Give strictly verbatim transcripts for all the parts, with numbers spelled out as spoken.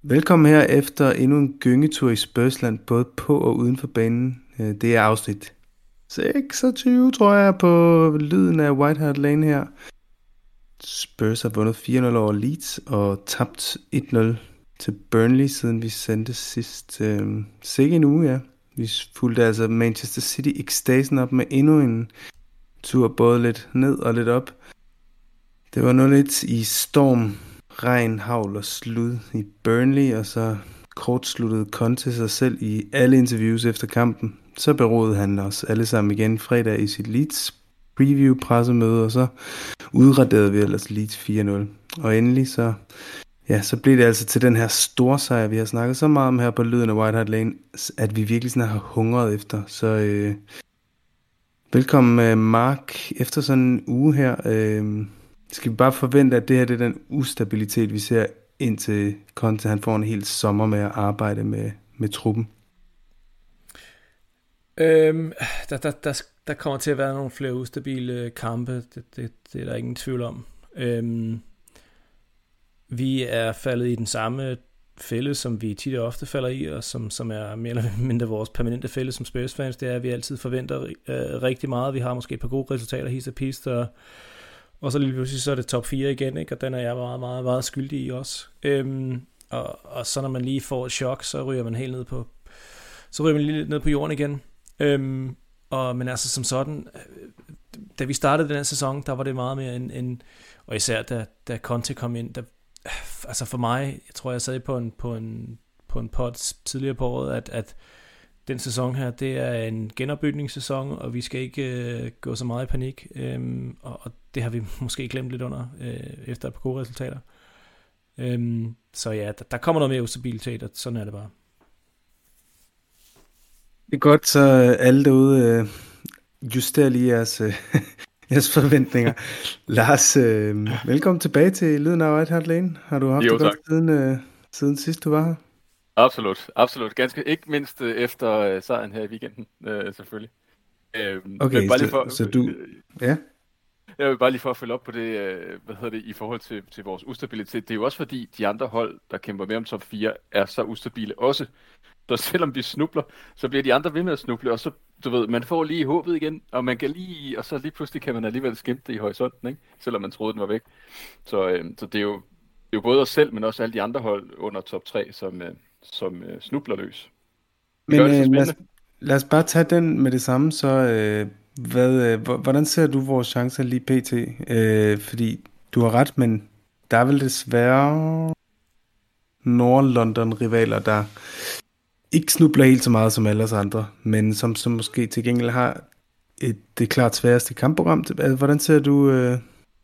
Velkommen her efter endnu en gyngetur i Spursland, både på og uden for banen. Øh, Det er afsnit seksogtyve, tror jeg, på lyden af White Hart Lane her. Spurs har vundet fire nul over Leeds og tabt et nul til Burnley, siden vi sendte sidst. Øh, sikke en uge, ja. Vi fulgte altså Manchester City ekstasen op med endnu en tur, både lidt ned og lidt op. Det var nu lidt i storm, regn, havl og slud i Burnley, og så kortsluttede Conte sig selv i alle interviews efter kampen. Så beroede han os alle sammen igen fredag i sit Leeds preview pressemøde, og så udraderede vi ellers Leeds fire nul. Og endelig så, ja, så blev det altså til den her store sejr, vi har snakket så meget om her på lyden af White Hart Lane, at vi virkelig snart har hungret efter. Så øh, velkommen Mark, efter sådan en uge her. Øh, Skal vi bare forvente, at det her det er den ustabilitet, vi ser indtil Conte han får en hel sommer med at arbejde med, med truppen? Øhm, der, der, der, der kommer til at være nogle flere ustabile kampe, det, det, det er der ingen tvivl om. Øhm, vi er faldet i den samme fælde, som vi tit og ofte falder i, og som, som er mere eller mindre vores permanente fælde som Spurs-fans. Det er, at vi altid forventer øh, rigtig meget. Vi har måske et par gode resultater, hist og pist, og Og så lige pludselig så er det top fire igen, ikke? Og den er jeg meget, meget, meget skyldig i også. Øhm, og, og så når man lige får et chok, så ryger man helt ned på, så ryger man lige ned på jorden igen. Øhm, og, men altså som sådan, da vi startede den her sæson, der var det meget mere en, en og især da, da Conte kom ind, der, altså for mig, jeg tror jeg sad på en, på en, på en pod tidligere på året, at, at den sæson her, det er en genopbygningssæson, og vi skal ikke øh, gå så meget i panik, øhm, og, og det har vi måske glemt lidt under, øh, efter et par gode resultater. Øhm, så ja, der, der kommer noget mere ustabilitet, og sådan er det bare. Det er godt, så alle derude øh, justerer lige jeres, øh, jeres forventninger. Lars, øh, velkommen tilbage til lyden af White Hart Lane. Har du haft Jo, det godt tak. siden, øh, siden sidst du var her? Absolut, absolut. Ganske ikke mindst øh, efter øh, sejren her i weekenden, øh, selvfølgelig. Øh, Okay, men bare lige så, for, så du... øh, Ja? Jeg vil bare lige for at følge op på det, øh, hvad hedder det, i forhold til, til vores ustabilitet. Det er jo også fordi, de andre hold, der kæmper med om top fire, er så ustabile også. Så selvom vi snubler, så bliver de andre ved med at snuble, og så, du ved, man får lige håbet igen, og man kan lige, og så lige pludselig kan man alligevel skimte det i horisonten, ikke? Selvom man troede, den var væk. Så, øh, så det er jo, det er jo både os selv, men også alle de andre hold under top tre, som, øh, som øh, snubler løs. Det Men gør det så øh, lad, os, spændende. lad os bare tage den med det samme, så øh, hvad, øh, hvor- hvordan ser du vores chancer lige pt? Øh, fordi du har ret, men der er vel desværre Nord-London-rivaler, der ikke snubler helt så meget som alle os andre, men som, som måske til gengæld har et, det klart sværeste kampprogram. Altså, hvordan ser du øh,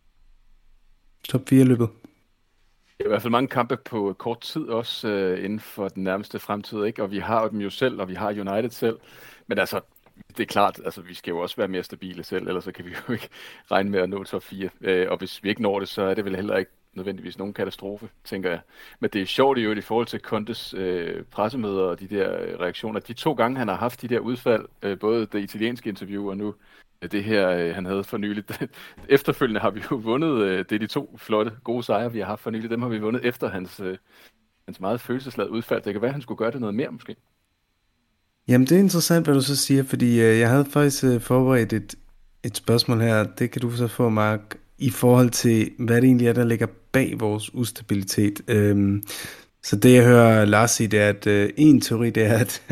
top fire-løbet? Det er i hvert fald mange kampe på kort tid også øh, inden for den nærmeste fremtid, ikke? Og vi har dem jo selv, og vi har United selv. Men altså, det er klart, altså vi skal jo også være mere stabile selv, ellers så kan vi jo ikke regne med at nå top fire. Øh, og hvis vi ikke når det, så er det vel heller ikke nødvendigvis nogen katastrofe, tænker jeg. Men det er sjovt jo i forhold til Contes øh, pressemøder og de der øh, reaktioner. De to gange, han har haft de der udfald, øh, både det italienske interview og nu øh, det her, øh, han havde for nyligt. Efterfølgende har vi jo vundet, øh, det er de to flotte, gode sejre, vi har haft for nyligt. Dem har vi vundet efter hans, øh, hans meget følelsesladede udfald. Det kan være, at han skulle gøre det noget mere, måske. Jamen, det er interessant, hvad du så siger, fordi øh, jeg havde faktisk øh, forberedt et, et spørgsmål her. Det kan du så få, Mark, i forhold til, hvad det egentlig er, der ligger bag vores ustabilitet. Øhm, så det, jeg hører Lars sige, det er, at øh, en teori, det er, at,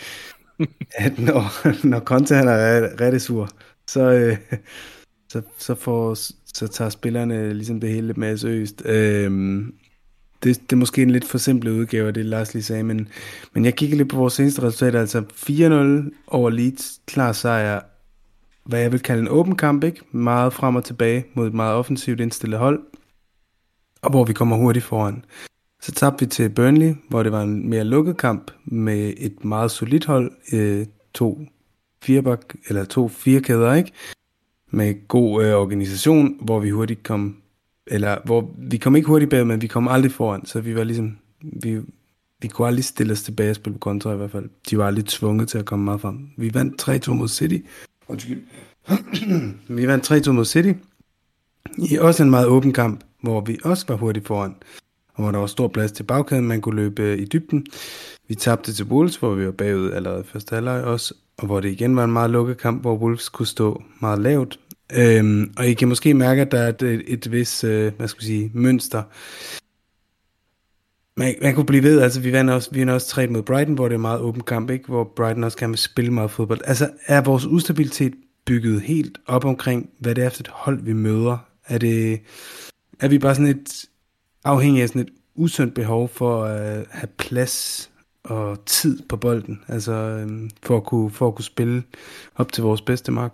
at når, når Conte han er rigtig sur, så, øh, så, så, får, så tager spillerne ligesom det hele lidt mere seriøst. Øhm, det, det er måske en lidt for simpel udgave af det, Lars lige sagde, men, men jeg kigger lidt på vores seneste resultater, altså fire nul over Leeds, klar sejr, hvad jeg vil kalde en åben kamp, ikke? Meget frem og tilbage mod et meget offensivt indstillet hold, og hvor vi kommer hurtigt foran. Så tabte vi til Burnley, hvor det var en mere lukket kamp med et meget solidt hold, øh, to firebak, eller to firekæder, ikke? Med god øh, organisation, hvor vi hurtigt kom, eller hvor vi kom ikke hurtigt bag, men vi kom aldrig foran, så vi var ligesom, vi, vi kunne aldrig stille os tilbage og spille på kontra i hvert fald. De var aldrig tvunget til at komme meget frem. Vi vandt tre to mod City. Undskyld. Vi vandt tre to mod City. I også en meget åben kamp, hvor vi også var hurtigt foran. og hvor der var stor plads til bagkæden, man kunne løbe i dybden. Vi tabte til Wolves, hvor vi var bagud allerede første halvleg også, og hvor det igen var en meget lukket kamp, hvor Wolves kunne stå meget lavt. Øhm, og I kan måske mærke, at der er et, et, et vis, øh, hvad skal jeg sige, mønster. Man, man kunne blive ved, altså vi vandt også, vi vandt også tre mod Brighton, hvor det er en meget åben kamp, ikke? Hvor Brighton også kan spille meget fodbold. Altså er vores ustabilitet bygget helt op omkring, hvad det er for et hold, vi møder? Er det, er vi bare sådan et afhængig af sådan et usundt behov for at have plads og tid på bolden, altså øhm, for, at kunne, for at kunne spille op til vores bedste mark?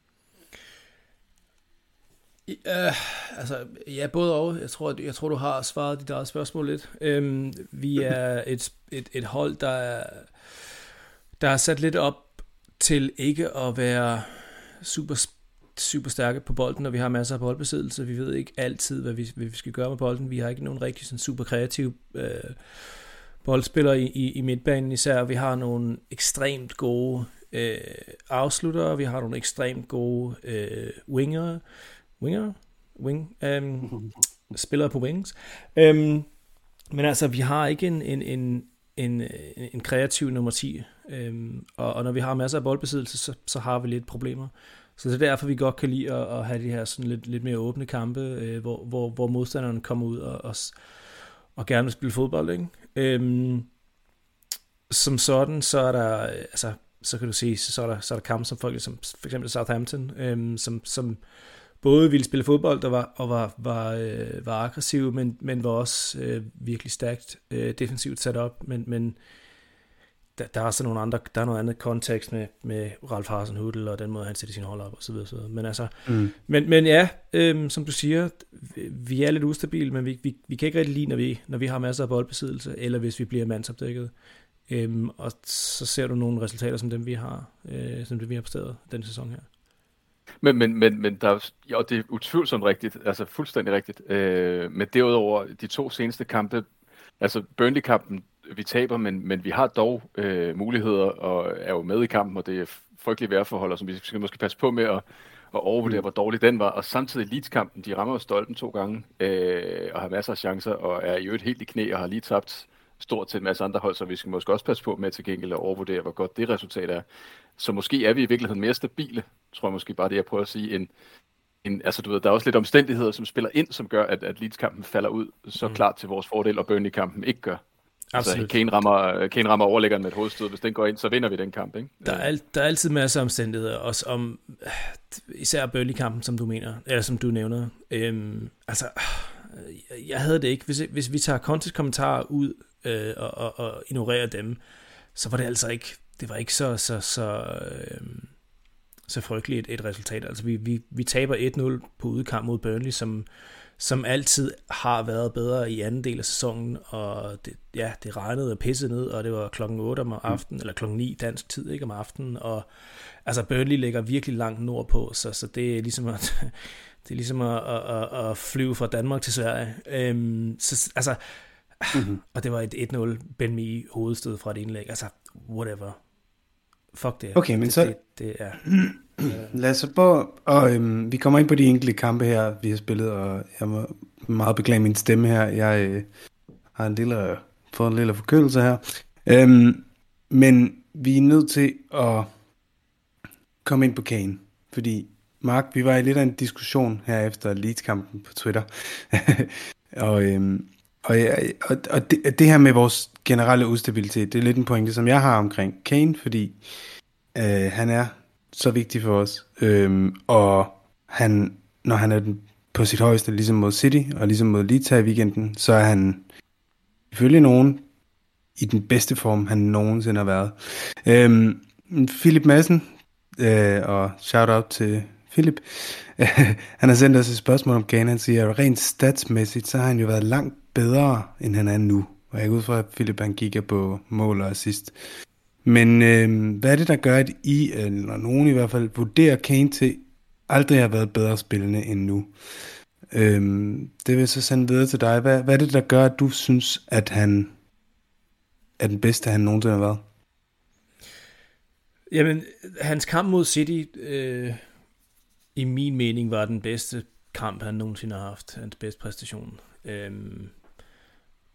Uh, altså, ja, både og. Jeg tror, jeg tror du har svaret dit eget spørgsmål lidt. Um, vi er et, et, et hold, der er, der er sat lidt op til ikke at være super, super stærke på bolden, når vi har masser af boldbesiddelse. Vi ved ikke altid, hvad vi, hvad vi skal gøre med bolden. Vi har ikke nogen rigtig sådan super kreative uh, boldspillere i, i, i midtbanen især. Vi har nogle ekstremt gode uh, afsluttere. Vi har nogle ekstremt gode uh, winger. Winger? Wing? Um, spillere på wings. Um, men altså, vi har ikke en, en, en, en, en kreativ nummer ti. Um, og, og når vi har masser af boldbesiddelse, så, så har vi lidt problemer. Så det er derfor, vi godt kan lide at, at have de her sådan lidt, lidt mere åbne kampe, øh, hvor, hvor, hvor modstanderne kommer ud og, og, og gerne vil spille fodbold. Ikke? Um, som sådan, så er der, altså, så kan du sige, så er der, så er der kampe som folk, som for eksempel Southampton, um, som, som både ville spille fodbold og var, og var, var, øh, var aggressiv, men, men var også øh, virkelig stærkt øh, defensivt sat op. Men, men der, der er så nogle andre, der er noget andet kontekst med, med Ralf Hasenhüttl og den måde, han sætter sine hold op og så videre. Så videre. Men, altså, mm. men, men ja, øh, som du siger, vi er lidt ustabile, men vi, vi, vi kan ikke rigtig lide, når vi, når vi har masser af boldbesiddelse, eller hvis vi bliver mandsopdækket. Øh, og så ser du nogle resultater som dem, vi har, øh, som dem, vi har præsteret den sæson her. Men, men, men, men der er, ja, det er utvivlsomt rigtigt, altså fuldstændig rigtigt. Øh, men derudover, de to seneste kampe, altså Burnley-kampen, vi taber, men, men vi har dog øh, muligheder og er jo med i kampen, og det er frygtelige vejrforhold, som vi skal måske passe på med at, at overvurdere, mm. hvor dårlig den var. Og samtidig Leeds-kampen, de rammer jo stolpen to gange, øh, og har masser af chancer, og er i øvrigt helt i knæ, og har lige tabt stort til en masse andre hold, så vi skal måske også passe på med til gengæld at overvurdere, hvor godt det resultat er. Så måske er vi i virkeligheden mere stabile, tror jeg måske bare det, jeg prøver at sige, en, en, altså du ved, der er også lidt omstændigheder, som spiller ind, som gør, at, at Leeds-kampen falder ud så mm. klart til vores fordel, og Burnley-kampen ikke gør. Absolut. Altså Kane rammer, Kane rammer overlæggeren med et hovedstød, hvis den går ind, så vinder vi den kamp, ikke? Der er, al, der er altid masser af omstændigheder, også om, især Burnley-kampen, som du mener, eller som du nævner. Øhm, altså, jeg havde det ikke. Hvis, hvis vi tager kontekstkommentarer ud øh, og, og, og ignorerer dem, så var det altså ikke, det var ikke så, så, så, øh, så frygteligt et, et resultat. Altså, vi, vi, vi taber et nul på udkamp mod Burnley, som som altid har været bedre i anden del af sæsonen, og det, ja, det regnede og pissede ned, og det var klokken otte om aftenen, mm. eller klokken ni dansk tid, ikke, om aftenen, og altså Burnley ligger virkelig langt nordpå, så, så det er ligesom at, det er ligesom at, at, at flyve fra Danmark til Sverige. Øhm, så, altså, mm-hmm. Og det var et et nul Ben Mee hovedstød fra et indlæg, altså whatever. Fuck det. Okay, men det, så... det, det er... Lad os på, og øhm, vi kommer ind på de enkelte kampe her, vi har spillet, og jeg må meget beklage min stemme her. Jeg øh, har en lille, fået en lille forkølelse her. Øhm, men vi er nødt til at komme ind på Kane, fordi Mark, vi var i lidt af en diskussion her efter Leeds-kampen på Twitter, og, øhm, og, og, og det, det her med vores generelle ustabilitet, det er lidt en pointe, som jeg har omkring Kane, fordi øh, han er så vigtig for os, øhm, og han, når han er på sit højeste, ligesom mod City, og ligesom mod Leeds her i weekenden, så er han ifølge nogen i den bedste form, han nogensinde har været. Øhm, Philip Madsen, øh, og shout out til Philip, øh, han har sendt os et spørgsmål om Kane. Han siger, at rent statsmæssigt, så har han jo været langt bedre, end han er nu. Og jeg går ud fra, at Philip han kigger på mål og assist. Men øh, hvad er det, der gør, at I, eller nogen i hvert fald, vurderer Kane til aldrig har været bedre spillende end nu? Øh, det vil så sende videre til dig. Hvad, hvad er det, der gør, at du synes, at han er den bedste, han nogensinde har været? Jamen, hans kamp mod City, øh, i min mening, var den bedste kamp, han nogensinde har haft. Hans bedste præstation. Øh,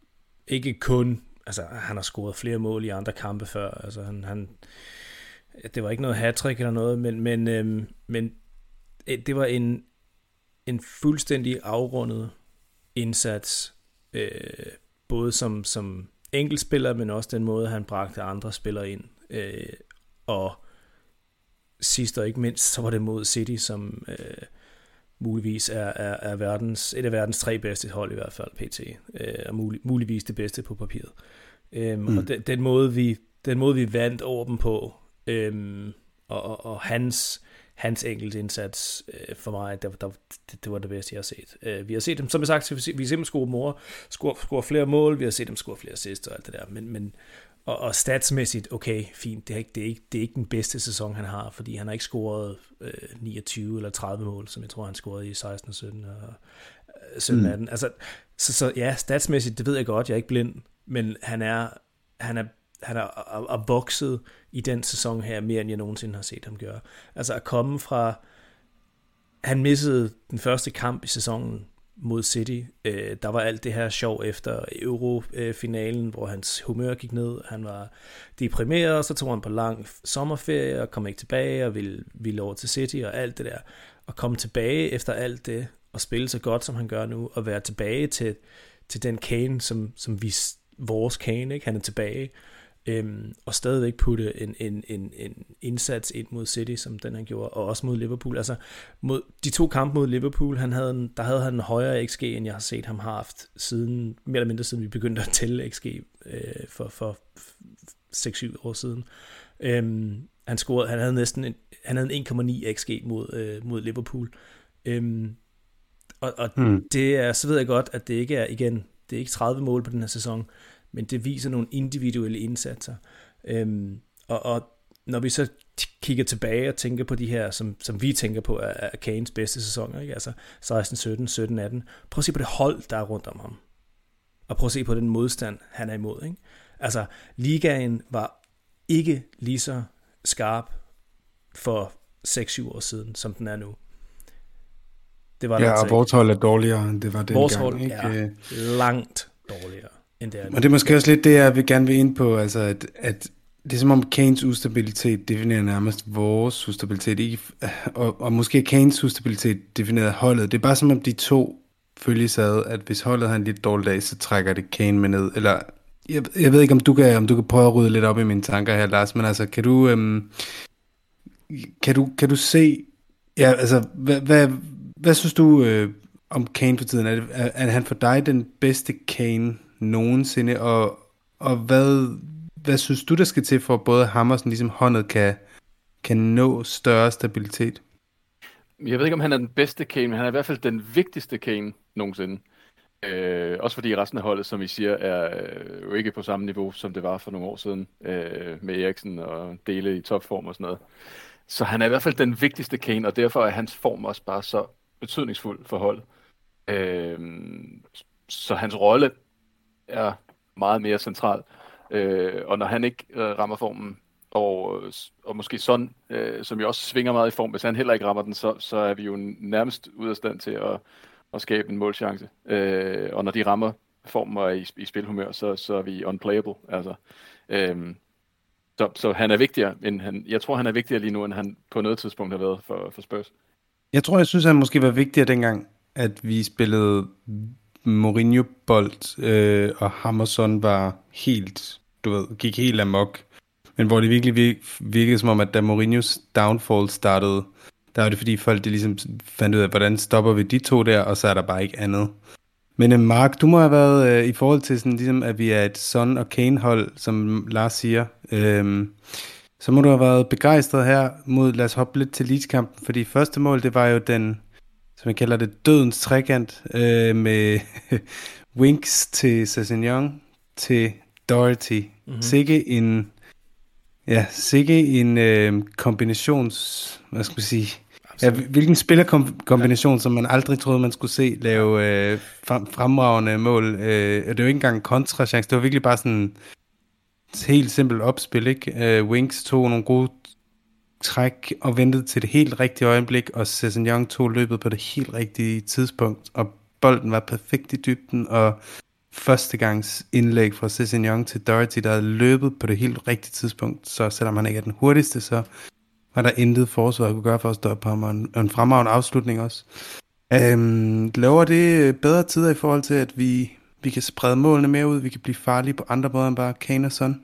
ikke kun, altså han har scoret flere mål i andre kampe før, altså han, han det var ikke noget hattrick eller noget, men, men, øhm, men det var en, en fuldstændig afrundet indsats, øh, både som, som enkeltspiller, men også den måde, han bragte andre spillere ind. Øh, og sidst og ikke mindst, så var det mod City, som øh, muligvis er, er, er verdens, et af verdens tre bedste hold i hvert fald, P T, øh, og mulig, muligvis det bedste på papiret. Øh, mm. Og den, den, måde, vi, den måde, vi vandt over dem på, øh, og, og, og hans... hans enkelt indsats øh, for mig, det, det, det var det bedste, jeg har set. Øh, vi har set dem, som jeg sagt, vi har set dem score more, score, score flere mål, vi har set dem score flere assists og alt det der, men, men og, og statsmæssigt, okay, fint, det er, ikke, det, er ikke, det er ikke den bedste sæson, han har, fordi han har ikke scoret øh, niogtyve eller tredive mål, som jeg tror, han scorede i seksten og sytten og sytten atten. Mm. Altså, så, så ja, statsmæssigt, det ved jeg godt, jeg er ikke blind, men han er, han er han er, er, er vokset i den sæson her, mere end jeg nogensinde har set ham gøre. Altså at komme fra, han missede den første kamp i sæsonen mod City, øh, der var alt det her sjov efter Euro-finalen, hvor hans humør gik ned, han var deprimeret, og så tog han på lang sommerferie, og kom ikke tilbage, og ville, ville over til City, og alt det der, og komme tilbage efter alt det, og spille så godt, som han gør nu, og være tilbage til, til den Kane, som, som vi, vores Kane, ikke? Han er tilbage, Øhm, og stadigvæk putte en, en, en, en indsats ind mod City, som den han gjorde, og også mod Liverpool. Altså mod de to kampe mod Liverpool, han havde en, der havde han en højere X G, end jeg har set ham haft siden, mere eller mindre siden vi begyndte at tælle X G øh, for, for seks syv år siden. Øhm, han scorede, han havde næsten en, han havde en en komma ni X G mod, øh, mod Liverpool. Øhm, og og hmm. det er, så ved jeg godt, at det ikke er, igen, det er ikke tredive mål på den her sæson, men det viser nogle individuelle indsatser. Øhm, og, og når vi så kigger tilbage og tænker på de her, som, som vi tænker på, er, er Kanes bedste sæsoner, ikke? Altså seksten sytten, sytten atten. Prøv at se på det hold, der er rundt om ham. Og prøv at se på den modstand, han er imod. Ikke? Altså, ligaen var ikke lige så skarp for seks syv år siden, som den er nu. Det var ja, og vores hold er dårligere, end det var den vores gang. Vores hold ikke? er langt dårligere. Det og det er måske også lidt det, jeg vil gerne vil ind på, altså at, at det er som om Kanes ustabilitet definerer nærmest vores ustabilitet, ikke? Og, og måske Kanes ustabilitet definerer holdet. Det er bare som om de to følges ad, at hvis holdet har en lidt dårlig dag, så trækker det Kane med ned. Eller, jeg, jeg ved ikke, om du, kan, om du kan prøve at rydde lidt op i mine tanker her, Lars, men altså, kan du, øhm, kan du, kan du se, ja, altså, hvad, hvad, hvad synes du øh, om Kane for tiden? Er, det, er, er han for dig den bedste Kane nogensinde, og, og hvad, hvad synes du, der skal til for både ham og sådan ligesom håndet kan, kan nå større stabilitet? Jeg ved ikke, om han er den bedste Kane, men han er i hvert fald den vigtigste Kane nogensinde. Øh, også fordi resten af holdet, som I siger, er øh, jo ikke på samme niveau, som det var for nogle år siden, øh, med Eriksen og Dele i topform og sådan noget. Så han er i hvert fald den vigtigste Kane, og derfor er hans form også bare så betydningsfuld for holdet. Øh, så hans rolle er meget mere central. Øh, og når han ikke øh, rammer formen, og, og måske sådan, øh, som jo også svinger meget i form, hvis han heller ikke rammer den, så, så er vi jo nærmest ude af stand til at, at skabe en målchance. Øh, og når de rammer formen og er i, i spilhumør, så, så er vi unplayable. Altså, øh, så, så han er vigtigere, end han, jeg tror, han er vigtigere lige nu, end han på noget tidspunkt har været for, for Spurs. Jeg tror, jeg synes, han måske var vigtigere dengang, at vi spillede Mourinho-bold, øh, og Hammerson var helt, du ved, gik helt amok. Men hvor det virkelig virkede som om, at da Mourinhos downfall startede, der var det fordi folk de ligesom fandt ud af, hvordan stopper vi de to der, og så er der bare ikke andet. Men uh, Mark, du må have været uh, i forhold til sådan ligesom, at vi er et Son og Kane-hold, som Lars siger. Uh, så må du have været begejstret her mod, lad os hoppe lidt til Leeds-kampen, fordi første mål, det var jo den, som jeg kalder det, dødens trekant, uh, med Winks til Sessegnon til Doherty. Mm-hmm. Sikke en... Ja, sikke en øh, kombinations, hvad skal man sige, ja, hvilken spillerkombination, som man aldrig troede, man skulle se lave øh, fremragende mål. Øh, og det var ikke engang en kontrachance, det var virkelig bare sådan et helt simpelt opspil, ikke? Øh, Winks tog nogle gode træk og ventede til det helt rigtige øjeblik, og Sessegnon tog løbet på det helt rigtige tidspunkt, og bolden var perfekt i dybden, og førstegangs indlæg fra Sessegnon til Doherty, der havde løbet på det helt rigtige tidspunkt. Så selvom han ikke er den hurtigste, så var der intet forsvar, jeg kunne gøre for at stoppe ham, og en, en fremragende afslutning også. Øhm, lover det bedre tider i forhold til, at vi, vi kan sprede målene mere ud, vi kan blive farlige på andre måder end bare Kane og Son?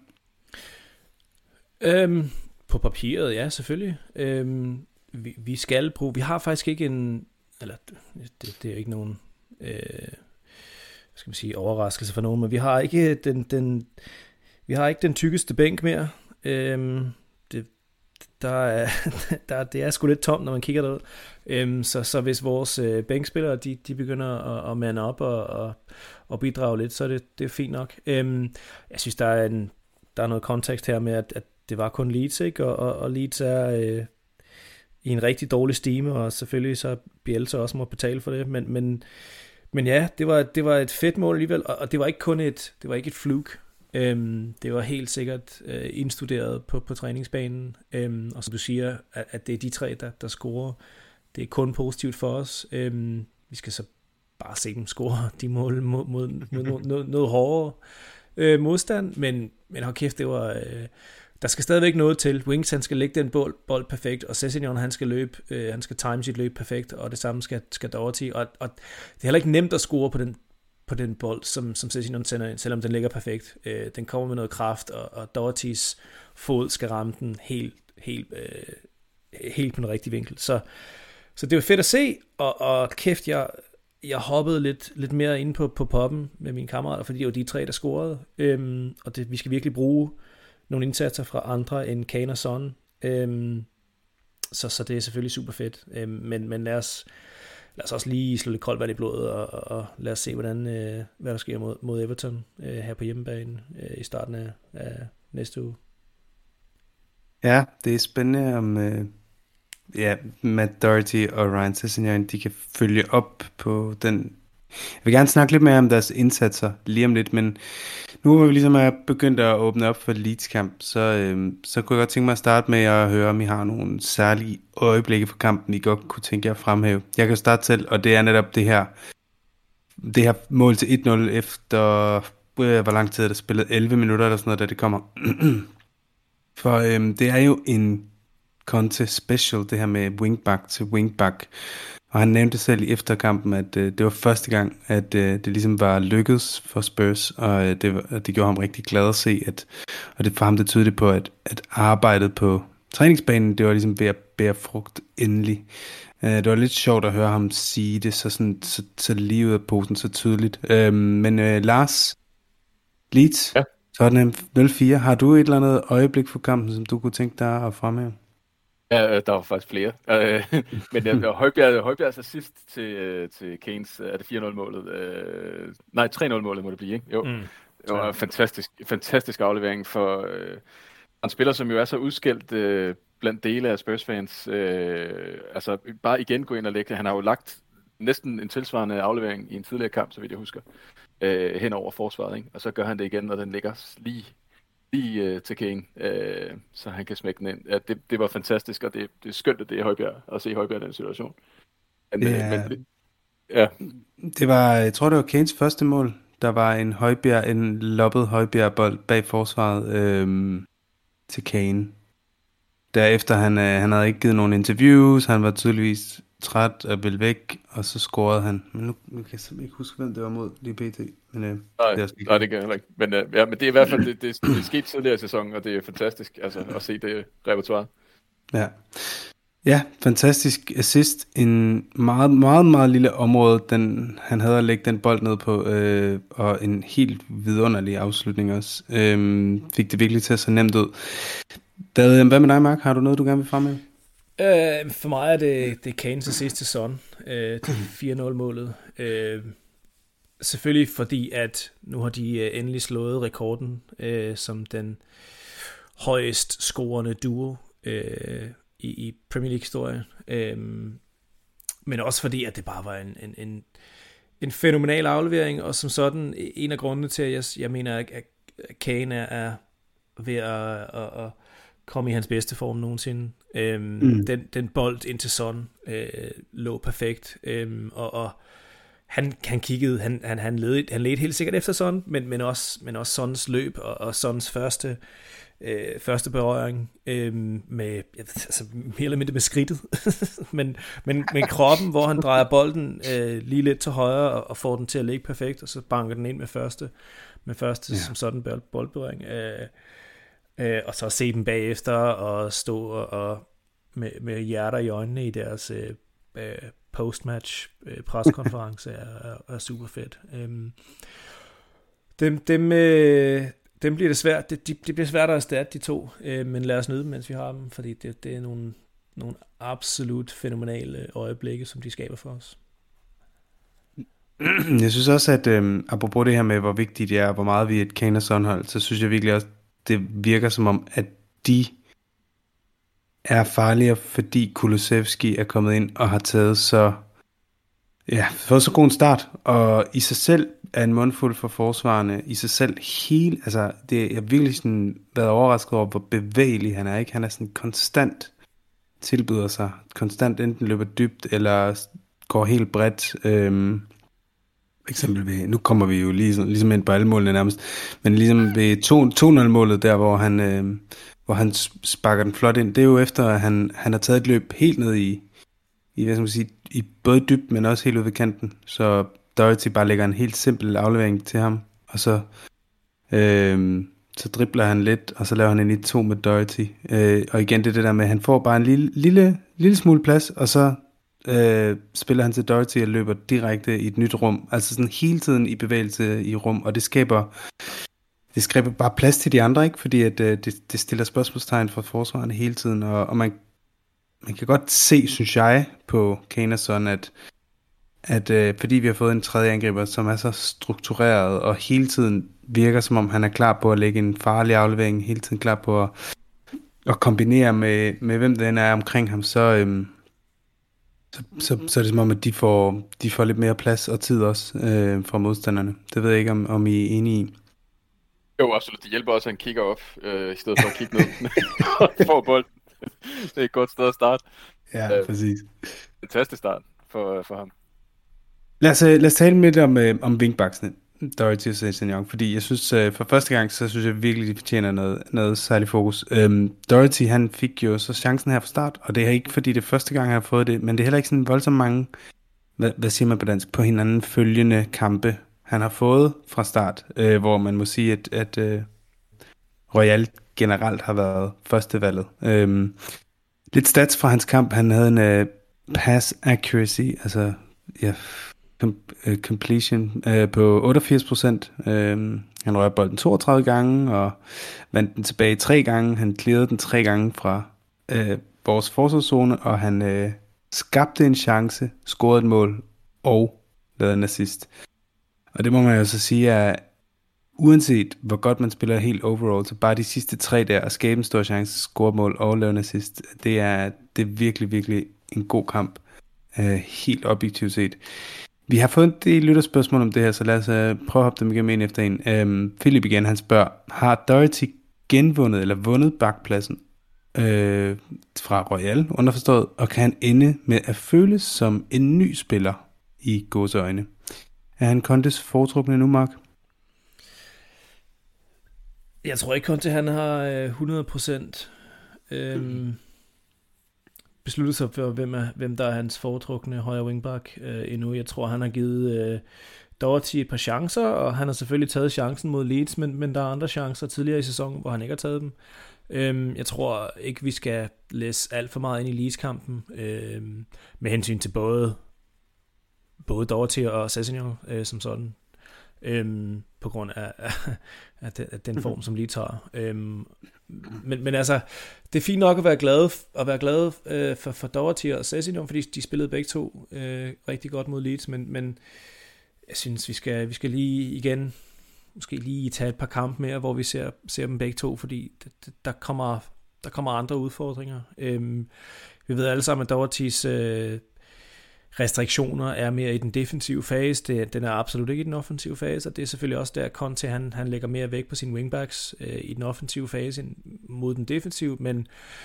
Øhm, på papiret, ja, selvfølgelig. Øhm, vi, vi skal bruge, vi har faktisk ikke en, eller det, det er ikke nogen, øh, skal man sige, overraskelse for nogen, men vi har ikke den, den, vi har ikke den tykkeste bænk mere. Øhm, det, der er, der, det er sgu lidt tomt, når man kigger derud. Øhm, så, så hvis vores øh, bænkspillere, de, de begynder at, at mande op og, og, og bidrage lidt, så er det, det er fint nok. Øhm, jeg synes, der er, en, der er noget kontekst her med, at, at det var kun Leeds, ikke? Og, og, og Leeds er øh, i en rigtig dårlig stime, og selvfølgelig så Bielsa også må betale for det, men, men, men ja, det var, det var et fedt mål alligevel, og, og det var ikke kun et, det var ikke et fluke. Øhm, det var helt sikkert øh, indstuderet på, på træningsbanen, øhm, og som du siger, at, at det er de tre, der, der scorer. Det er kun positivt for os. Øhm, vi skal så bare se dem score de mål mod, mod, mod noget, noget, noget hårdere øh, modstand, men, men hold kæft, det var... Øh, der skal stadigvæk noget til. Winks, han skal lægge den bold, bold perfekt, og Sessegnon, han skal løbe, øh, han skal time sit løb perfekt, og det samme skal, skal Doherty, og, og det er heller ikke nemt at score på den, på den bold, som, som Sessegnon sender ind, selvom den ligger perfekt. Øh, den kommer med noget kraft, og, og Dohertys fod skal ramme den helt, helt, øh, helt på den rigtige vinkel. Så, så det var fedt at se, og, og kæft, jeg, jeg hoppede lidt, lidt mere inde på, på poppen med mine kammerater, fordi det var de tre, der scorede, øhm, og det, vi skal virkelig bruge nogle indsatser fra andre end Kane og Son. Øhm, så, så det er selvfølgelig super fedt. Øhm, men men lad, os, lad os også lige slå lidt koldt vand i blodet, og, og, og lad os se, hvordan, øh, hvad der sker mod, mod Everton øh, her på hjemmebane øh, i starten af, af næste uge. Ja, det er spændende, om øh, ja, Matt Doherty og Ryan Sessegnon, de kan følge op på den. Jeg vil gerne snakke lidt mere om deres indsatser lige om lidt, men nu hvor vi ligesom er begyndt at åbne op for Leeds-kamp, så, øh, så kunne jeg godt tænke mig at starte med at høre, om I har nogle særlige øjeblikke for kampen, I godt kunne tænke jer at fremhæve. Jeg kan starte selv, og det er netop det her, det her mål til et nul efter, øh, hvor lang tid er der spillet? elleve minutter eller sådan noget, da det kommer. For øh, det er jo en Conte special, det her med wingback til wingback. Og han nævnte selv i efterkampen, at øh, det var første gang, at øh, det ligesom var lykkedes for Spurs, og øh, det, var, det gjorde ham rigtig glad at se, at, og det for ham det tydeligt på, at, at arbejdet på træningsbanen, det var ligesom ved at bære frugt endelig. Øh, det var lidt sjovt at høre ham sige det, så, sådan, så, så lige ud af posen, så tydeligt. Øh, men øh, Lars, Leeds, ja. Tottenham nul fire, har du et eller andet øjeblik for kampen, som du kunne tænke dig at fremhæve? Ja, der var faktisk flere. Uh, men ja, Højbjerg, Højbjergs assist til, til Kanes, er det fire nul målet? Uh, nej, tre nul målet må det blive, ikke? Jo. Mm. Det var en fantastisk, fantastisk aflevering for uh, en spiller, som jo er så udskilt uh, blandt dele af Spurs-fans. Uh, altså, bare igen gå ind og lægge. Han har jo lagt næsten en tilsvarende aflevering i en tidligere kamp, så vidt jeg husker, uh, hen over forsvaret, ikke? Og så gør han det igen, og den ligger lige lige øh, til Kane, øh, så han kan smække den ind. Ja, det, det var fantastisk, og det, det er skønt, at det er Højbjerg, at se Højbjerg i den situation. Men, ja, øh, men, ja. Det var, jeg tror, det var Kanes første mål. Der var en Højbjerg, en loppet Højbjerg-bold bag forsvaret øh, til Kane. Derefter, han, øh, han havde ikke givet nogen interviews, han var tydeligvis træt og ville væk, og så scorede han. Men nu, nu kan jeg simpelthen ikke huske, hvem det var mod lige pt. Men, øh, nej, det er nej, det kan jeg heller ikke. Men, øh, ja, men det er i hvert fald, det, det, det er sket tidligere i sæsonen, og det er fantastisk altså, at se det repertoire. Ja. Ja, fantastisk assist. En meget, meget, meget lille område, den, han havde at lægge den bold ned på, øh, og en helt vidunderlig afslutning også. Øh, fik det virkelig til at se nemt ud. Hvad med dig, Mark? Har du noget, du gerne vil fremhæve? Øh, for mig er det, det er Kanes sidste sæson øh, til fire nul målet. Øh, selvfølgelig fordi, at nu har de øh, endelig slået rekorden øh, som den højest scorende duo øh, i, i Premier League-historien. Øh, men også fordi, at det bare var en, en, en, en fænomenal aflevering, og som sådan en af grundene til, at jeg, jeg mener, at Kane er ved at, at, at komme i hans bedste form nogensinde. Øhm, mm. den, den bold ind til Son øh, lå perfekt, øhm, og, og han, han kiggede, han, han, han, ledte, han ledte helt sikkert efter Son, men, men også, men også Sons løb, og, og Sons første, øh, første berøring, øh, med, altså, mere eller mindre med skridtet, men, men, men kroppen, hvor han drejer bolden øh, lige lidt til højre, og, og får den til at ligge perfekt, og så banker den ind med første, med første ja. som sådan boldberøring, øh, øh, og så se dem bagefter, og stå og, og med, med hjerter i øjnene i deres øh, øh, postmatch øh, preskonference er, er, er super fedt. Øhm, dem, dem, øh, dem bliver det svært. Det, de, det bliver svært at erstatte de to, øh, men lad os nyde dem, mens vi har dem, fordi det, det er nogle, nogle absolut fænomenale øjeblikke, som de skaber for os. Jeg synes også, at øh, apropos det her med, hvor vigtigt det er, og hvor meget vi er et Kane og Son hold, så synes jeg virkelig også, det virker som om, at de er farligere, fordi Kulusevski er kommet ind og har taget så, ja, fået så god en start, og i sig selv er en mundfuld for forsvarerne, i sig selv helt, altså, det jeg virkelig sådan været overrasket over, hvor bevægelig han er, ikke? Han er sådan konstant tilbyder sig, konstant enten løber dybt, eller går helt bredt, øhm, eksempel ved, nu kommer vi jo lige, ligesom ind på alle målene nærmest, men ligesom ved to nul målet der, hvor han, øh, hvor han sparker den flot ind, det er jo efter, at han, han har taget et løb helt ned i, i, hvad skal man sige, i både dybt, men også helt ude ved kanten, så Doherty bare lægger en helt simpel aflevering til ham, og så, øh, så dribler han lidt, og så laver han en i to med Doherty, øh, og igen det, det der med, at han får bare en lille, lille, lille smule plads, og så Øh, spiller han til Doherty og løber direkte i et nyt rum, altså sådan hele tiden i bevægelse i rum, og det skaber det skaber bare plads til de andre, ikke? Fordi at, øh, det, det stiller spørgsmålstegn for forsvarerne hele tiden, og, og man, man kan godt se, synes jeg, på Kane og Son, at, at øh, fordi vi har fået en tredje angriber, som er så struktureret, og hele tiden virker, som om han er klar på at lægge en farlig aflevering, hele tiden klar på at, at kombinere med, med hvem den er omkring ham, så øh, Så, så, så er det som om, at de får, de får lidt mere plads og tid også øh, fra modstanderne. Det ved jeg ikke, om, om I er enige i. Jo, absolut. Det hjælper også, at han kigger op, øh, i stedet for at kigge ned. Får bolden. Det er et godt sted at starte. Ja, øh, præcis. Fantastisk start for, for ham. Lad os, lad os tale lidt om, øh, om wingbacksene, Doherty og Sessegnon, fordi jeg synes, øh, for første gang, så synes jeg virkelig, de fortjener noget, noget særligt fokus. Øhm, Doherty, han fik jo så chancen her fra start, og det er ikke, fordi det er første gang, han har fået det, men det er heller ikke sådan voldsomt mange, hvad, hvad siger man på dansk, på hinanden følgende kampe, han har fået fra start, øh, hvor man må sige, at, at øh, Royal generelt har været førstevalget. Øhm, lidt stats fra hans kamp, han havde en øh, pass accuracy, altså, ja, completion øh, på otteogfirs procent. Øh, han rørte bolden toogtredive gange og vandt den tilbage tre gange. Han clearede den tre gange fra øh, vores forsvarszone, og han øh, skabte en chance, scorede et mål og lavede en assist. Og det må man jo så sige, at uanset hvor godt man spiller helt overall, så bare de sidste tre der at skabe en stor chance, score et mål og lave en assist, det er, det er virkelig, virkelig en god kamp. Øh, helt objektivt set. Vi har fået en del lytterspørgsmål om det her, så lad os uh, prøve at hoppe dem igennem en efter en. Um, Philip igen, han spørger, har Doherty genvundet eller vundet bakpladsen øh, fra Royal, underforstået, og kan han ende med at føles som en ny spiller i gåseøjne? Er han Contes foretrukne nu, Mark? Jeg tror ikke, Conte han har hundrede procent øhm, mm. besluttet sig for, hvem, er, hvem der er hans foretrukne højre wingback øh, endnu. Jeg tror, han har givet øh, Doherty et par chancer, og han har selvfølgelig taget chancen mod Leeds, men, men der er andre chancer tidligere i sæsonen, hvor han ikke har taget dem. Øhm, jeg tror ikke, vi skal læse alt for meget ind i Leeds-kampen, øhm, med hensyn til både, både Doherty og Sessegnon øh, som sådan. Øhm, på grund af, af, af, den, af den form, som Leeds har. Øhm, men, men altså, det er fint nok at være glad, at være glad øh, for, for Doherty og Sessegnon, fordi de spillede begge to øh, rigtig godt mod Leeds, men, men jeg synes, vi skal, vi skal lige igen, måske lige tage et par kampe mere, hvor vi ser, ser dem begge to, fordi det, det, der, kommer, der kommer andre udfordringer. Øhm, vi ved alle sammen, at Dohertys øh, restriktioner er mere i den defensive fase. Det, den er absolut ikke i den offensive fase, og det er selvfølgelig også der, Conte han, han lægger mere vægt på sine wingbacks øh, i den offensive fase end mod den defensive, men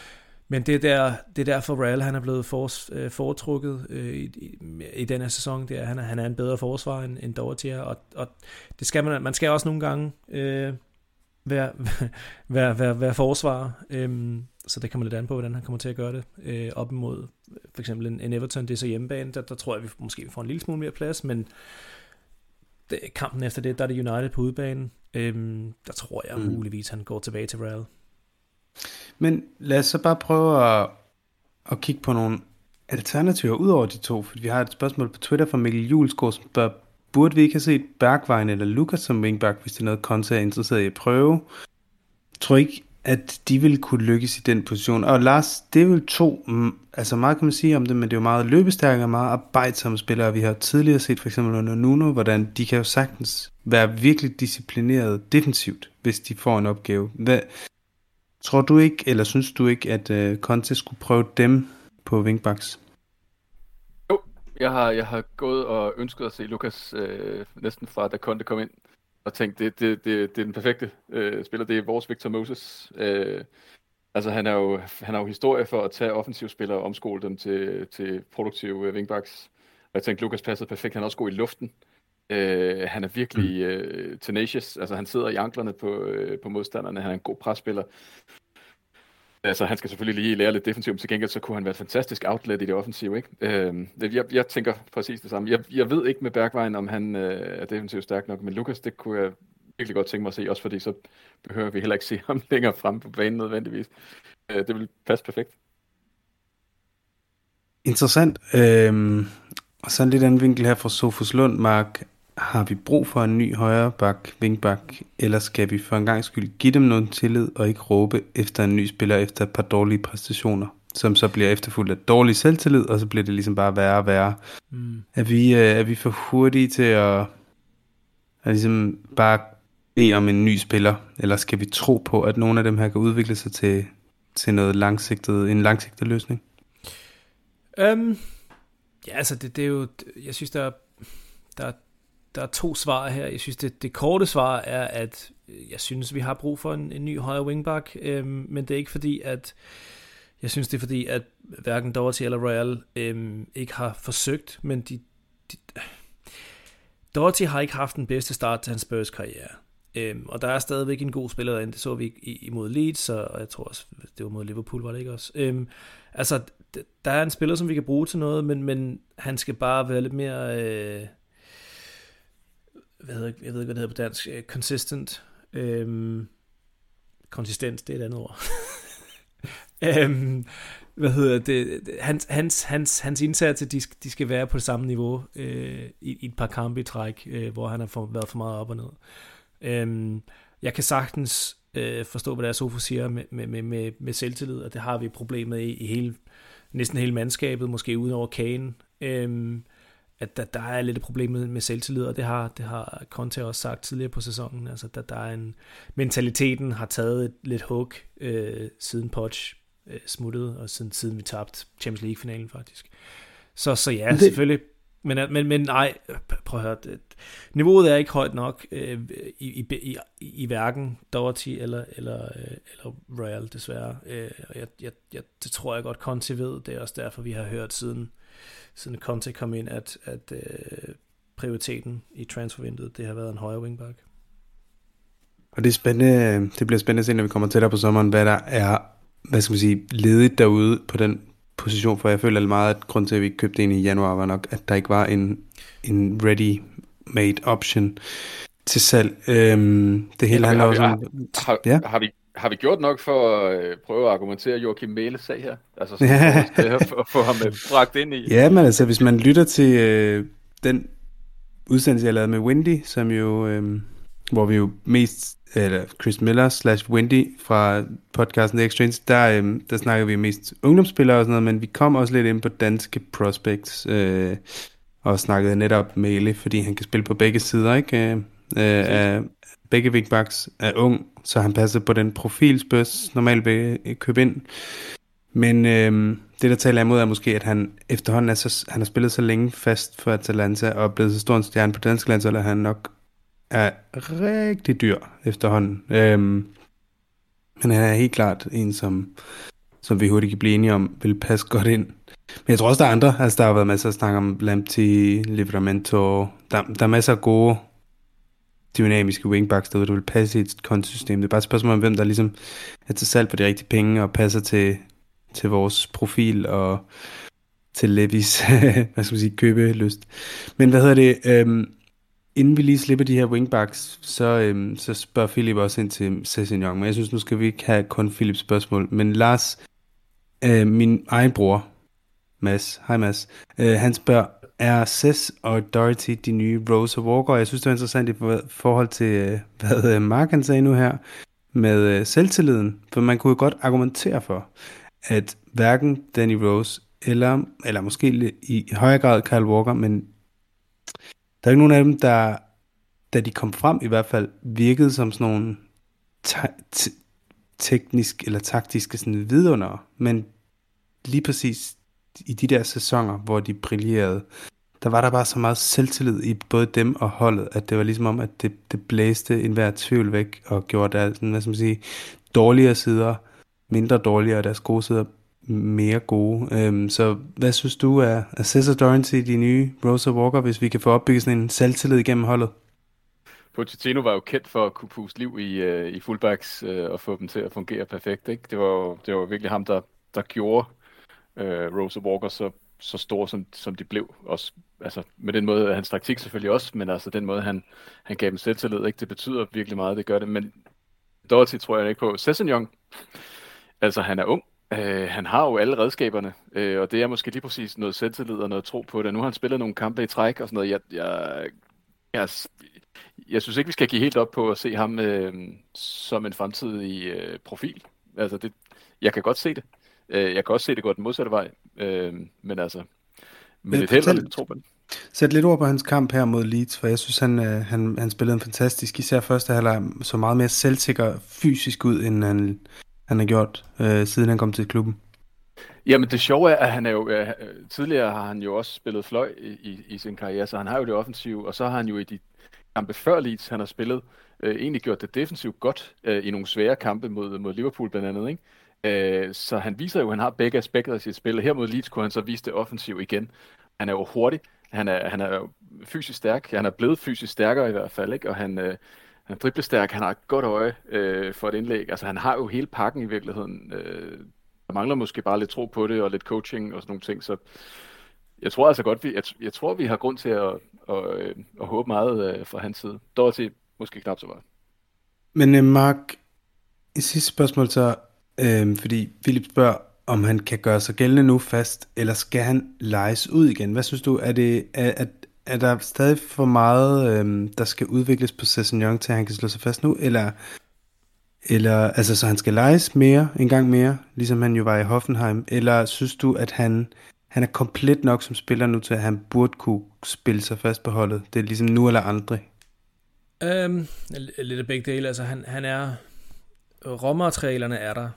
Men det er, der, det er derfor Real han er blevet for, øh, foretrukket øh, i, i, i denne sæson. Det er, han, er, han er en bedre forsvar end, end Doherty er, og, og det skal man, man skal også nogle gange øh, være, være, være, være forsvarer. Øh, så det kommer lidt an på, hvordan han kommer til at gøre det. Øh, op imod for eksempel en, en Everton, det er så hjemmebane, der, der tror jeg, vi måske får en lille smule mere plads, men det, kampen efter det, der er det United på udbanen. Øh, der tror jeg mm. muligvis, han går tilbage til Real. Men lad os så bare prøve at, at kigge på nogle alternativer ud over de to, for vi har et spørgsmål på Twitter fra Mikkel Julesgaard, som spørger, burde vi ikke have set Bergwijn eller Lucas som wingback, hvis det er noget, Conte er interesseret i at prøve? Jeg tror ikke, at de ville kunne lykkes i den position. Og Lars, det er vel to, altså meget kan man sige om det, men det er jo meget løbestærke og meget arbejdsomme spillere. Vi har tidligere set for eksempel under Nuno, hvordan de kan jo sagtens være virkelig disciplineret defensivt, hvis de får en opgave. Hvad, tror du ikke, eller synes du ikke, at uh, Conte skulle prøve dem på wingbacks? Jo, jeg har, jeg har gået og ønsket at se Lucas øh, næsten fra da Conte kom ind, og tænkt, det, det, det, det er den perfekte øh, spiller, det er vores Victor Moses. Øh, altså han er, jo, han er jo historie for at tage offensivspillere og omskole dem til, til produktive øh, wingbacks. Og jeg tænkte, Lucas passede perfekt, han er også god i luften. Øh, han er virkelig øh, tenacious, altså han sidder i anklerne på, øh, på modstanderne, han er en god presspiller. Altså han skal selvfølgelig lige lære lidt defensivt, men til gengæld så kunne han være et fantastisk outlet i det offensive, ikke? Øh, jeg, jeg tænker præcis det samme. Jeg, jeg ved ikke med Bergwijn, om han øh, er defensivt stærk nok, men Lucas, det kunne jeg virkelig godt tænke mig at se, også fordi så behøver vi heller ikke se ham længere fremme på banen nødvendigvis. Øh, det vil passe perfekt. Interessant. Øhm, og så en lidt anden vinkel her fra Sofus Lund, Mark. Har vi brug for en ny højre bak, wingback, eller skal vi for en gang skyld give dem noget tillid og ikke råbe efter en ny spiller efter et par dårlige præstationer, som så bliver efterfulgt af dårlig selvtillid, og så bliver det ligesom bare værre og værre. Mm. Er, vi, er vi for hurtige til at, at ligesom bare bede om en ny spiller, eller skal vi tro på, at nogle af dem her kan udvikle sig til, til noget langsigtet, en langsigtet løsning? Um, ja, altså det, det er jo, jeg synes, der er, der er Der er to svar her. Jeg synes, det, det korte svar er, at jeg synes, vi har brug for en, en ny højre wingback, øhm, men det er ikke fordi, at jeg synes, det er fordi, at hverken Doherty eller Real øhm, ikke har forsøgt, men de, de, Doherty har ikke haft den bedste start til hans Spurs karriere. Øhm, og der er stadigvæk en god spiller derinde. Det så vi imod Leeds, og jeg tror også, det var mod Liverpool, var det ikke også? Øhm, altså, der er en spiller, som vi kan bruge til noget, men, men han skal bare være lidt mere... Øh, Hvad hedder, jeg ved ikke, hvad det hedder på dansk, consistent, øhm, konsistens, det er et andet ord. øhm, hvad hedder det, hans, hans, hans, hans indsatser, de, de skal være på det samme niveau øh, i, i et par kampe i træk, øh, hvor han har for, været for meget op og ned. Øhm, jeg kan sagtens øh, forstå, hvad der Sofo siger med, med, med, med, med selvtillid, og det har vi problemet i, i hele, næsten hele mandskabet, måske uden over Kane. Øhm, at der, der er lidt et problem med, med selvtillid, og det har, det har Conte også sagt tidligere på sæsonen. Altså, der, der er en, mentaliteten har taget et lidt hug øh, siden Poch øh, smuttede, og siden, siden vi tabte Champions League-finalen faktisk. Så, så ja, det... selvfølgelig. Men, men, men nej, prøv at høre. Det, niveauet er ikke højt nok øh, i, i, i, i hverken Doherty eller, eller, øh, eller Real, desværre. Øh, og jeg, jeg, jeg, det tror jeg godt, Conte ved. Det er også derfor, vi har hørt siden siden Conte kom ind, at, at øh, prioriteten i transfervinduet, det har været en højre wingback. Og det er spændende, det bliver spændende at se, når vi kommer tættere på sommeren, hvad der er, hvad skal man sige, ledigt derude på den position, for jeg føler meget, at grund til, at vi ikke købte en i januar, var nok, at der ikke var en, en ready-made option til salg. Øhm, det hele ja, handler også om... Har, ja? har vi Har vi gjort nok for at øh, prøve at argumentere Joachim Mæles sag her? Altså så ja. for at få ham bragt ind i... Ja, men altså, hvis man lytter til øh, den udsendelse, jeg lavede med Wendy, som jo, øh, hvor vi jo mest, eller Chris Miller slash Wendy fra podcasten The Exchange, der, øh, der snakker vi mest ungdomsspillere og sådan noget, men vi kom også lidt ind på danske prospects, øh, og snakkede netop Mæle, fordi han kan spille på begge sider, ikke? Øh, af begge wingbacks er ung, så han passer på den profil, Spurs normalt vil købe ind. Men øhm, det, der taler imod, er måske, at han efterhånden er så, han har spillet så længe fast for Atalanta, og er blevet så stor en stjerne på dansk landshold, at han nok er rigtig dyr efterhånden. Øhm, men han er helt klart en, som som vi hurtigt kan blive enige om, vil passe godt ind. Men jeg tror også, der er andre. Altså, der har været masser af snak om Lamptey, Livramento. Der, der er masser af gode dynamiske wingbacks derude, der vil passe i et kontsystem. Det er bare et spørgsmål om, hvem der ligesom er til salg for de rigtige penge og passer til, til vores profil og til Levis, hvad skal man sige, købelyst. Men hvad hedder det? Øhm, inden vi lige slipper de her wingbacks, så, øhm, så spørger Philip også ind til Sessegnon. Men jeg synes, nu skal vi ikke have kun Philips spørgsmål. Men Lars, øh, min egen bror, Mads, hej Mads, øh, han spørger, er Sess og Doherty de nye Rose og Walker? Jeg synes, det er interessant i forhold til, hvad Mark han sagde nu her, med selvtilliden. For man kunne jo godt argumentere for, at hverken Danny Rose, eller, eller måske i højere grad Kyle Walker, men der er ikke nogen af dem, der, da de kom frem i hvert fald, virkede som sådan nogle te- teknisk eller taktiske sådan vidunder. Men lige præcis i de der sæsoner, hvor de brillerede, der var der bare så meget selvtillid i både dem og holdet, at det var ligesom om, at det, det blæste enhver tvivl væk, og gjorde deres, hvad skal man sige, dårligere sider mindre dårligere, og deres gode sider mere gode. Øhm, så hvad synes du er, er Cesar Doherty de nye Rose og Walker, hvis vi kan få opbygget sådan en selvtillid igennem holdet? Pochettino var jo kendt for at kunne puste liv i, uh, i fullbacks uh, og få dem til at fungere perfekt. Ikke? Det var det var virkelig ham, der, der gjorde uh, Rose og Walker så, så store, som, som de blev. Også, altså, med den måde, hans taktik selvfølgelig også, men altså den måde, han, han gav dem selvtillid. Ikke? Det betyder virkelig meget, det gør det. Men Doherty tror jeg ikke på. Sessegnon, altså han er ung. Uh, han har jo alle redskaberne, uh, og det er måske lige præcis noget selvtillid og noget tro på det. Nu har han spillet nogle kampe i træk og sådan noget. Jeg, jeg, jeg, jeg synes ikke, vi skal give helt op på at se ham uh, som en fremtidig uh, profil. Altså, det, jeg kan godt se det. Uh, jeg kan også se det går den modsatte vej. Uh, men altså, med lidt held og lidt tro på det. Sæt lidt ord på hans kamp her mod Leeds, for jeg synes, han, uh, han, han spillede en fantastisk, især første halvleg, så meget mere selvsikker fysisk ud, end han... han har gjort, øh, siden han kom til klubben. Jamen det sjove er, at han er jo, øh, tidligere har han jo også spillet fløj i, i, i sin karriere, så han har jo det offensive, og så har han jo i de kampe før Leeds, han har spillet, øh, egentlig gjort det defensivt godt øh, i nogle svære kampe mod, mod Liverpool blandt andet, ikke? Øh, så han viser jo, at han har begge aspekter i sit spil, og her mod Leeds kunne han så vise det offensiv igen. Han er jo hurtig, han er, han er jo fysisk stærk, han er blevet fysisk stærkere i hvert fald, ikke? Og han... Øh, Han er driblestærk, han har et godt øje øh, for et indlæg. Altså han har jo hele pakken i virkeligheden. Øh, der mangler måske bare lidt tro på det, og lidt coaching og sådan nogle ting. Så jeg tror altså godt, vi, jeg, jeg tror, vi har grund til at, at, at, at håbe meget øh, fra hans side. Doherty måske knap så meget. Men øh, Mark, et sidste spørgsmål så, øh, fordi Philip spørger, om han kan gøre sig gældende nu fast, eller skal han lejes ud igen? Hvad synes du, er det... Er, er, Er der stadig for meget, øhm, der skal udvikles på Sessegnon, til at han kan slå sig fast nu? Eller, eller altså, så han skal lejes mere, en gang mere, ligesom han jo var i Hoffenheim? Eller synes du, at han, han er komplet nok som spiller nu, til at han burde kunne spille sig fast på holdet? Det er ligesom nu eller aldrig? Um, lidt af begge dele. Altså, han, han er... Råmaterialerne er der.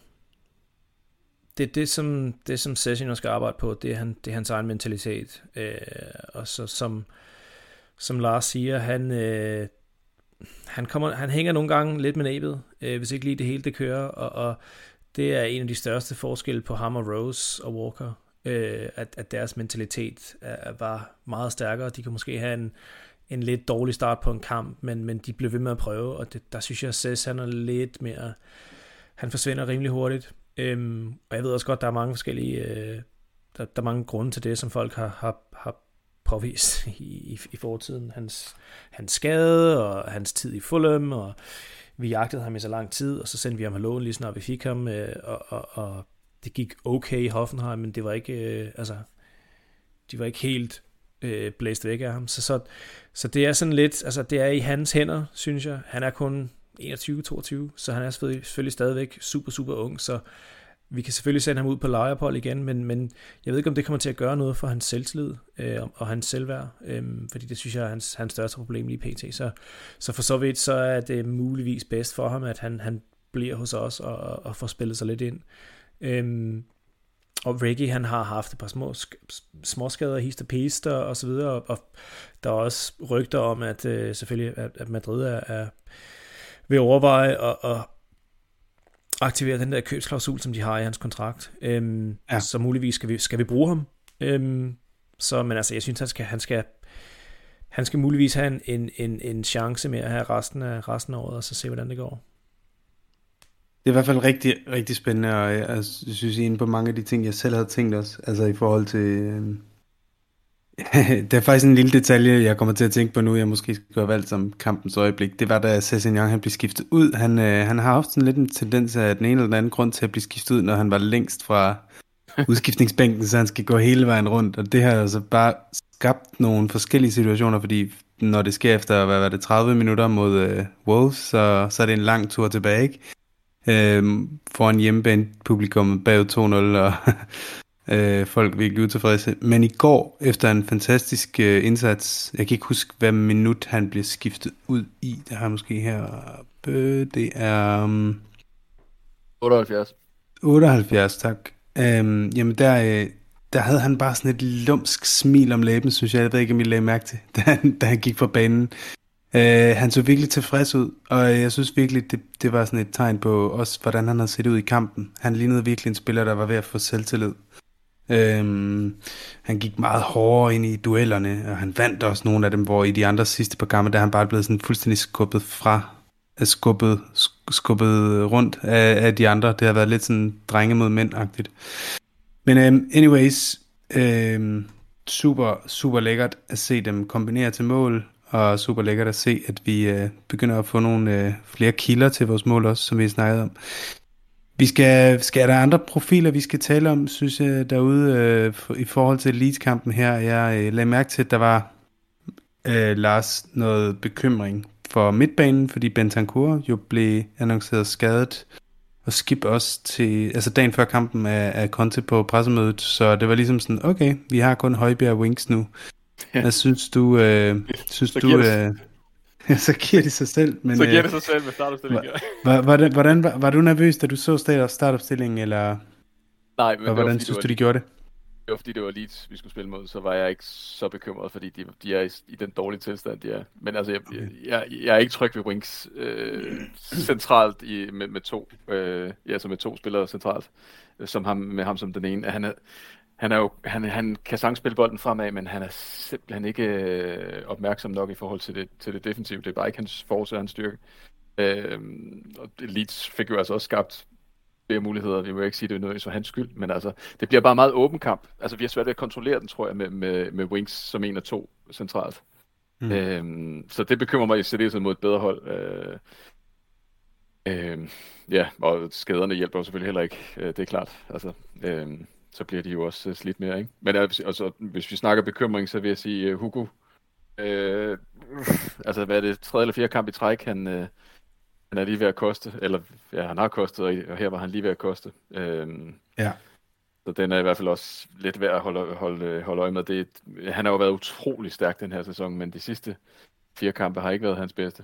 Det er det, som, det, som Sessegnon skal arbejde på, det er, han, det er hans egen mentalitet. Øh, og så som, som Lars siger, han, øh, han, kommer, han hænger nogle gange lidt med næbet, øh, hvis ikke lige det hele det kører, og, og det er en af de største forskelle på ham og Rose og Walker, øh, at, at deres mentalitet er, var meget stærkere. De kan måske have en, en lidt dårlig start på en kamp, men, men de blev ved med at prøve, og det, der synes jeg, at Sess, han er lidt mere, han forsvinder rimelig hurtigt. Øhm, og jeg ved også godt, der er mange forskellige, øh, der, der er mange grunde til det, som folk har, har, har påvist i, i, i fortiden. Hans, hans skade og hans tid i Fulham, og vi jagtede ham i så lang tid, og så sendte vi ham halvåen lige snart vi fik ham, øh, og, og, og det gik okay i Hoffenheim, men det var ikke, øh, altså, de var ikke helt øh, blæst væk af ham. Så, så, så det er sådan lidt, altså det er i hans hænder, synes jeg. Han er kun enogtyve toogtyve, så han er selvfølgelig stadigvæk super, super ung, så vi kan selvfølgelig sende ham ud på lejeophold igen, men, men jeg ved ikke, om det kommer til at gøre noget for hans selvtillid øh, og hans selvværd, øh, fordi det synes jeg er hans, hans største problem lige pt. Så, så for så vidt, så er det muligvis bedst for ham, at han, han bliver hos os og, og får spillet sig lidt ind. Øh, og Reggie, han har haft et par små småskader, hist og pist og, og så videre, og, og der er også rygter om, at øh, selvfølgelig, at, at Madrid er, er vil overveje at, at, aktivere den der købsklausul, som de har i hans kontrakt. Øhm, ja. Så muligvis skal vi, skal vi bruge ham. Øhm, så, men altså, jeg synes, han skal, han skal, han skal muligvis have en, en, en, en chance med at have resten af, resten af året, og så se, hvordan det går. Det er i hvert fald rigtig, rigtig spændende, og jeg synes, inde på mange af de ting, jeg selv havde tænkt også, altså i forhold til... Øh... det er faktisk en lille detalje, jeg kommer til at tænke på nu, jeg måske skal have valgt som kampens øjeblik. Det var, da Sessegnon han blev skiftet ud. Han, øh, han har haft sådan lidt en tendens af den ene eller den anden grund til at blive skiftet ud, når han var længst fra udskiftningsbænken, så han skal gå hele vejen rundt. Og det har altså bare skabt nogle forskellige situationer, fordi når det sker efter, hvad var det, tredive minutter mod øh, Wolves, så, så er det en lang tur tilbage, ikke? Øh, foran hjemmebane publikum bag to nul, og øh, folk virkelig utilfredse. Men i går, efter en fantastisk øh, indsats, jeg kan ikke huske, hvad minut han blev skiftet ud i. Det har jeg måske her. Det er... Um, otteoghalvfjerds. otteoghalvfjerds, tak. Øhm, jamen, der, øh, der havde han bare sådan et lumsk smil om læben, synes jeg. Jeg ved ikke, om I lagde mærke til, da han, da han gik fra banen. Øh, han så virkelig tilfreds ud, og jeg synes virkelig, det, det var sådan et tegn på også, hvordan han havde set ud i kampen. Han lignede virkelig en spiller, der var ved at få selvtillid. Øhm, han gik meget hårdere ind i duellerne, og han vandt også nogle af dem, hvor i de andre sidste par kampe, der han bare blevet sådan fuldstændig skubbet fra, skubbet, skubbet rundt af, af de andre. Det har været lidt sådan drenge mod mænd-agtigt. Men um, anyways, um, super, super lækkert at se dem kombinere til mål, og super lækkert at se, at vi uh, begynder at få nogle uh, flere kilder til vores mål også, som vi snakkede om. Vi skal, skal der andre profiler, vi skal tale om, synes jeg, derude øh, for, i forhold til Leeds-kampen her. Jeg øh, lagde mærke til, at der var, øh, Lars, noget bekymring for midtbanen, fordi Bentancur jo blev annonceret skadet, og Skip også til, altså dagen før kampen af, af Conte på pressemødet, så det var ligesom sådan, okay, vi har kun Højbjerg og Winks nu. Ja. Hvad synes du, øh, synes du, øh, så giver det sig selv. Men, så giver det sig selv med startopstillingen. Var, var, var, hvordan, var, var du nervøs, da du så startopstillingen, eller nej, men hvordan synes du, de gjorde det? Det var fordi, det var Leeds, vi skulle spille mod, så var jeg ikke så bekymret, fordi de, de er i, i den dårlige tilstand, de er. Men altså, jeg, okay. jeg, jeg er ikke tryg ved Winks øh, centralt i, med, med to, øh, ja, så med to spillere centralt, som ham, med ham som den ene. Han er, han er jo, han, han kan sagtens spille bolden fremad, men han er simpelthen ikke øh, opmærksom nok i forhold til det, til det defensive. Det er bare ikke hans force og hans styrke. Øh, og Leeds fik jo altså også skabt flere muligheder. Vi må ikke sige, det er noget for hans skyld, men altså, det bliver bare meget åben kamp. Altså, vi har svært ved at kontrollere den, tror jeg, med, med, med Winks som en af to centralt. Mm. Øhm, så det bekymrer mig i særdeleshed mod et bedre hold. Øh, øh, ja, og skaderne hjælper jo selvfølgelig heller ikke, øh, det er klart. Altså, øh, så bliver de jo også uh, slidt mere, ikke? Men altså, hvis vi snakker bekymring, så vil jeg sige uh, Hugo. Øh, altså, hvad er det? Tredje eller fjerde kamp i træk, han... Øh, Han er lige ved at koste, eller ja, han har kostet, og her var han lige ved at koste. Øhm, ja. Så den er i hvert fald også lidt værd at holde, holde, holde øje med. Det, han har jo været utrolig stærk den her sæson, men de sidste fire kampe har ikke været hans bedste.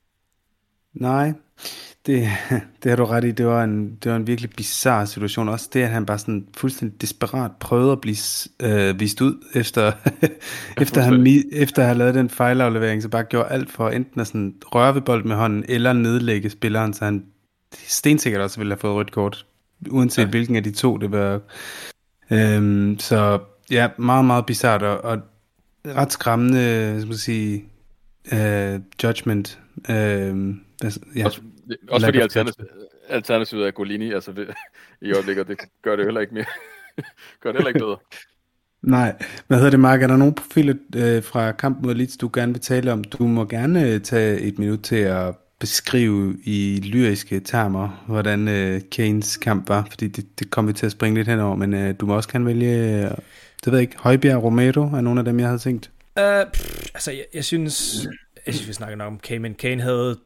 Nej, det, det har du ret i. Det var en, det var en virkelig bizarre situation. Også det, at han bare sådan fuldstændig desperat prøvede at blive øh, vist ud, efter, efter, han, efter at have lavet den fejlaflevering, så bare gjorde alt for enten at sådan røre ved bolden med hånden, eller nedlægge spilleren, så han stensikkert også ville have fået rødt kort, uanset ja. hvilken af de to det var. Øhm, så ja, meget, meget bizart, og, og ret skræmmende, skal man sige, øh, judgment. Øh, Ja. Også, også fordi alternativet, alternativet er Golini, altså ved, i øjeblikket, det gør det heller ikke mere. gør det heller ikke bedre. Nej, hvad hedder det, Mark? Er der nogle profiler øh, fra kampen mod Leeds, du gerne vil tale om? Du må gerne øh, tage et minut til at beskrive i lyriske termer, hvordan øh, Kanes kamp var, fordi det, det kom vi til at springe lidt henover, men øh, du må også gerne vælge, øh, det ved jeg ikke, Højbjerg og Romero er nogle af dem, jeg havde tænkt. Uh, pff, altså, jeg, jeg synes, jeg synes, vi snakker nok om Kane, men Kane havde...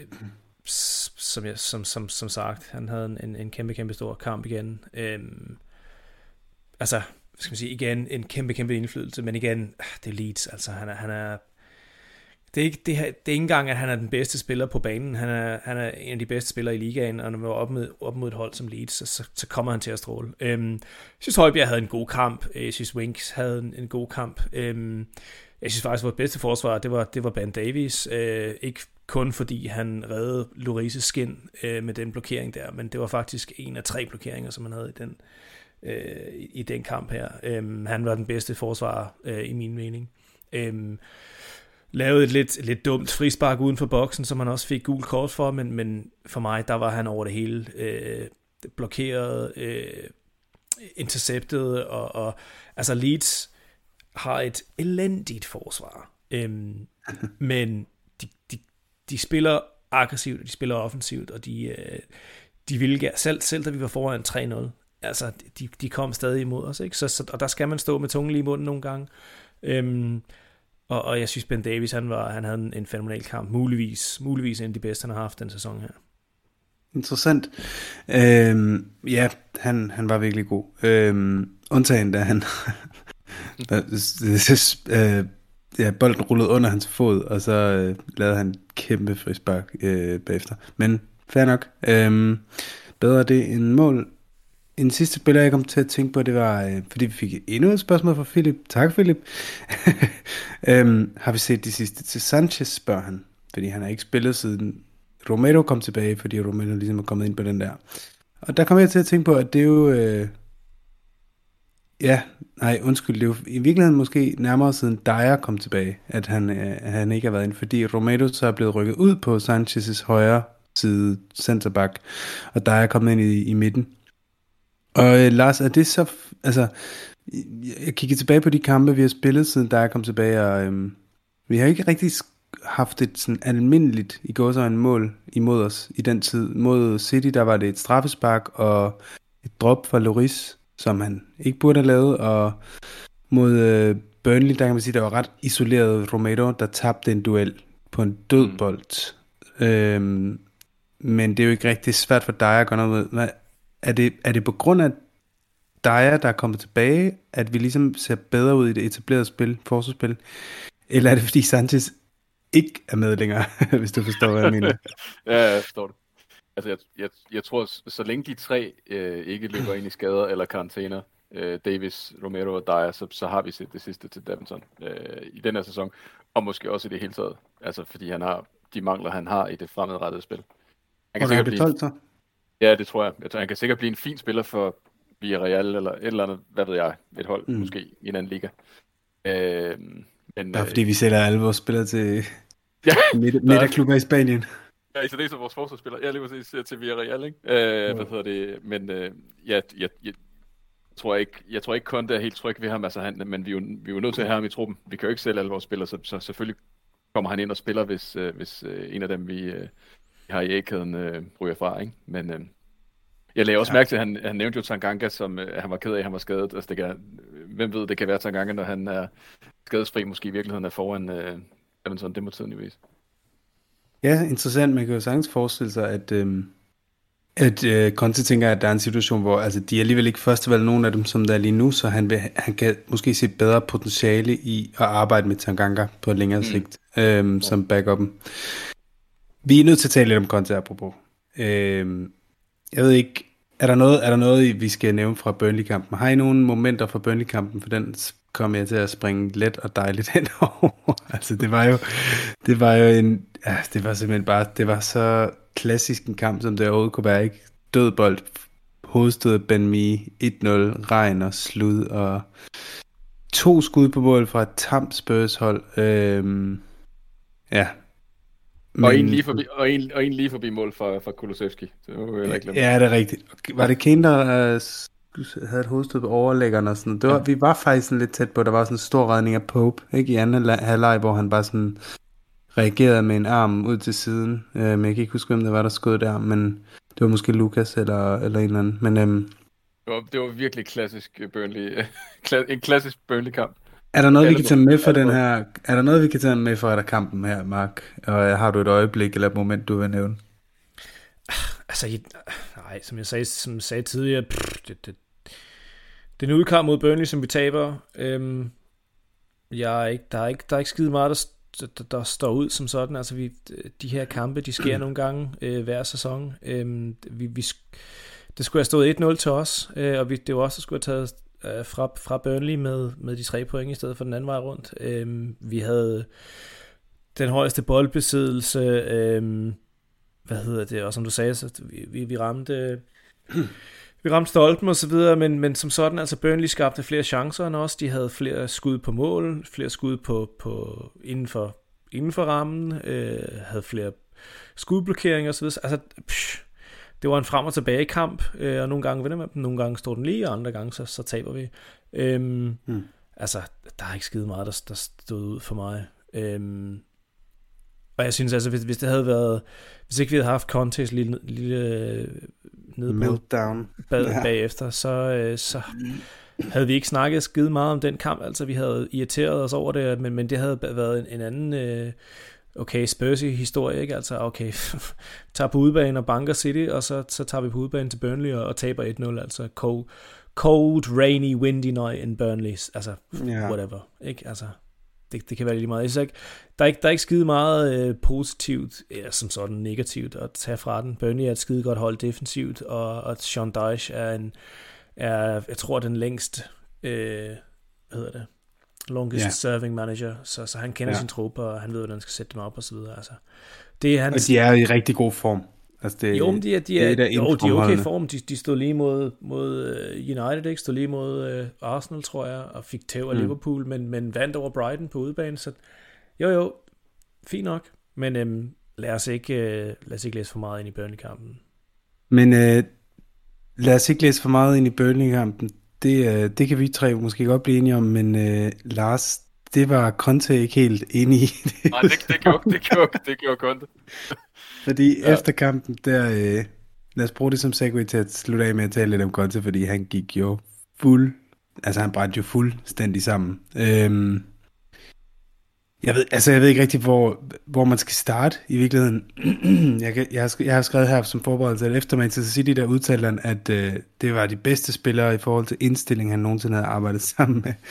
Som, jeg, som, som, som sagt, han havde en, en kæmpe, kæmpe stor kamp igen. Øhm, altså, skal man sige, igen, en kæmpe, kæmpe indflydelse, men igen, det er Leeds, altså, han er, han er det er ikke, det, her, det er ikke engang, at han er den bedste spiller på banen, han er, han er en af de bedste spillere i ligaen, og når man var op mod, op mod et hold som Leeds, så, så, så kommer han til at stråle. Øhm, jeg synes, Højbjerg havde en god kamp, jeg synes, Winks havde en, en god kamp. Øhm, jeg synes faktisk, at vores bedste forsvar, det var, det var Ben Davies, øh, ikke kun fordi han reddede Lloris' skin øh, med den blokering der, men det var faktisk en af tre blokeringer, som han havde i den, øh, i den kamp her. Øh, han var den bedste forsvarer øh, i min mening. Øh, lavede et lidt, lidt dumt frispark uden for boksen, som han også fik gul kort for, men, men for mig, der var han over det hele øh, blokeret, øh, interceptet, og, og altså Leeds har et elendigt forsvar. Øhm, men de, de, de spiller aggressivt, og de spiller offensivt, og de, øh, de ville gerne, selv, selv da vi var foran tre nul, altså de, de kom stadig imod os, ikke? Så, så, og der skal man stå med tungen lige i munden nogle gange. Øhm, og, og jeg synes Ben Davies, han, var, han havde en, en fænomenal kamp, muligvis, muligvis en af de bedste, han har haft den sæson her. Interessant. Øhm, ja, han, han var virkelig god. Øhm, undtagen da han øh, ja, bolden rullede under hans fod, og så øh, lavede han kæmpe frispark øh, bagefter. Men fair nok. Øhm, bedre det end mål. En sidste spiller, jeg kom til at tænke på, det var, øh, fordi vi fik endnu et spørgsmål fra Philip. Tak, Philip. øhm, har vi set de sidste til Sanchez, spørger han. Fordi han har ikke spillet siden Romero kom tilbage, fordi Romero ligesom er kommet ind på den der. Og der kom jeg til at tænke på, at det er jo... Øh, ja, nej, undskyld, det er jo i virkeligheden måske nærmere siden Dyer kom tilbage, at han, øh, han ikke har været inde, fordi Romero så er blevet rykket ud på Sanchez's højre side centerback, og Dyer er kommet ind i, i midten. Og øh, Lars, er det så... Altså, jeg kigger tilbage på de kampe, vi har spillet, siden Dyer kom tilbage, og øh, vi har ikke rigtig haft et sådan almindeligt i gåseøjne mål imod os i den tid. Mod City, der var det et straffespark og et drop fra Lloris, som han ikke burde have lavet, og mod øh, Burnley, der kan man sige, der var ret isoleret Romero, der tabte en duel på en død bold. Mm. Øhm, men det er jo ikke rigtig svært for Dyer at gøre noget med. Er det, er det på grund af Dyer, der er kommet tilbage, at vi ligesom ser bedre ud i det etablerede spil, forsvarsspil, eller er det fordi Sanchez ikke er med længere, hvis du forstår, hvad jeg mener? Ja, jeg forstår det. Altså, jeg, jeg, jeg tror, så længe de tre øh, ikke løber ind i skader eller karantæner, øh, Davis, Romero og Dyer, så, så har vi set det sidste til Davinson øh, i den her sæson, og måske også i det hele taget. Altså, fordi han har de mangler, han har i det fremadrettede spil. Han kan sikkert blive... så? Ja, det tror jeg. jeg tror, han kan sikkert blive en fin spiller for Villarreal, eller et eller andet, hvad ved jeg, et hold, mm. måske i en anden liga. Øh, men, ja, fordi vi sætter alle vores spillere til ja, midterklubber i Spanien. Ja, i så det er så vores forsvarsspiller. Jeg lige præcis til Villarreal, ikke? Øh, ja. Hvad hedder det? Men øh, ja, jeg, jeg, tror ikke, jeg tror ikke kun, det er helt tryg ved ham, altså han, men vi er, jo, vi er jo nødt til at have ham i truppen. Vi kan jo ikke sælge alle vores spillere, så, så selvfølgelig kommer han ind og spiller, hvis, øh, hvis øh, en af dem, vi øh, har i A-kæden, øh, ryger fra, ikke? Men øh, jeg lagde også ja. mærke til, at han, han nævnte jo Tanganga, som øh, han var ked af, at han var skadet. Altså, det kan, hvem ved, det kan være Tanganga, når han er skadesfri, måske i virkeligheden er foran øh, Davinson, det må tiden jo vise. Ja, interessant. Man kan jo sagtens forestille sig, at, øhm, at øh, Conte tænker, at der er en situation, hvor altså, de er alligevel ikke førstevalg, nogen af dem, som der er lige nu, så han, vil, han kan måske se bedre potentiale i at arbejde med Tanganga på længere mm. sigt, øhm, ja. som backupen. Vi er nødt til at tale lidt om Conte, apropos. Øhm, jeg ved ikke, er der noget, er der noget, vi skal nævne fra Burnley-kampen? Har I nogle momenter fra Burnley-kampen, for den kom jeg til at springe let og dejligt henover? Altså, det var jo, det var jo en, ja, det var simpelthen bare, det var så klassisk en kamp, som det overhovedet kunne være, ikke? Dødbold, hovedstød af Ben Mee, et nul, regn og slud, og to skud på mål fra et tamt Spurs-hold. Øhm, ja. Men, og, en lige forbi, og, en, og en lige forbi mål fra, fra Kulusevski. Det var jo ikke ja, det er rigtigt. Var det Kane, der uh, havde et hovedstød på overlæggeren og sådan? Det var, ja. Vi var faktisk sådan lidt tæt på, der var sådan en stor redning af Pope, ikke i anden halvleg, hvor han bare sådan reagerede med en arm ud til siden. Uh, men jeg kan ikke huske, hvem det var, der skød der, men det var måske Lucas eller, eller en eller anden. Men, um, det, var, det var virkelig klassisk Burnley, en klassisk Burnley-kamp. Er der noget, vi kan tage med for den her? Er der noget, vi kan tage med for der kampen her, Mark? Og har du et øjeblik eller et moment, du vil nævne? Altså, nej, som jeg sagde, som jeg sagde tidligere, pff, det, det, det er en udkamp mod Burnley, som vi taber. Øhm, jeg er ikke, der er ikke, der er ikke skide meget, der, der, der står ud som sådan. Altså, vi, de her kampe, de sker nogle gange øh, hver sæson. Øhm, vi, vi, det skulle have stået et nul til os, øh, og vi, det var også, der skulle have taget Fra, fra Burnley med, med de tre point i stedet for den anden vej rundt. Øhm, vi havde den højeste boldbesiddelse, øh, hvad hedder det, og som du sagde, så vi, vi, vi ramte... Vi ramte stolpen og så videre, men, men som sådan, altså Burnley skabte flere chancer end os. De havde flere skud på mål, flere skud på, på inden for, inden for rammen, øh, havde flere skudblokeringer og så videre. Altså, psh, det var en frem og tilbage kamp, øh, og nogle gange vinder man dem, nogle gange står den lige, og andre gange så, så taber vi. Øhm, mm. Altså, der er ikke skide meget, der, der stod ud for mig. Øhm, og jeg synes altså, hvis, hvis det havde været, hvis ikke vi havde haft Contes lille, lille nede meltdown bag, ja. bagefter, så, øh, så havde vi ikke snakket skide meget om den kamp. Altså, vi havde irriteret os over det, men, men det havde været en, en anden, øh, okay, Spursy historie, ikke? Altså, okay, tager på udebane og banker City, og så, så tager vi på udebane til Burnley og, og taber et nul, altså cold, cold, rainy, windy night in Burnley, altså, yeah. whatever, ikke? Altså, det, det kan være lige meget. Jeg synes ikke, der er ikke, der er ikke skide meget øh, positivt, eller som sådan negativt at tage fra den. Burnley er et skide godt hold defensivt, og, og Sean Dyche er en, er, jeg tror, den længst, øh, hvad hedder det, longest yeah. serving manager, så, så han kender yeah. sin trup, og han ved, hvordan han skal sætte dem op, og så videre. Altså, det er hans... Og de er i rigtig god form. Altså det, jo, men de er, de er, det er jo, de er okay i form. De, de stod lige mod, mod United, ikke? Stod lige mod uh, Arsenal, tror jeg, og fik tæv af mm. Liverpool, men, men vandt over Brighton på udebane, så jo jo, fint nok, men øhm, lad, os ikke, øh, lad os ikke læse for meget ind i Burnley-kampen. Men øh, lad os ikke læse for meget ind i Burnley-kampen. Det, øh, det kan vi tre måske godt blive enige om, men øh, Lars, det var Conte ikke helt enig i. Nej, det, det gjorde det gjorde, det gjorde Conte. Fordi ja. efter kampen, der, øh, lad os bruge det som segue til at slutte af med at tale lidt om Conte, fordi han gik jo fuld, altså han brændte jo fuldstændig sammen. Øhm, jeg ved, altså jeg ved ikke rigtig, hvor, hvor man skal starte i virkeligheden. jeg, kan, jeg, har, jeg har skrevet her som forberedelse, at efter Manchester City, der udtalte han, at øh, det var de bedste spillere i forhold til indstilling, han nogensinde havde arbejdet sammen med.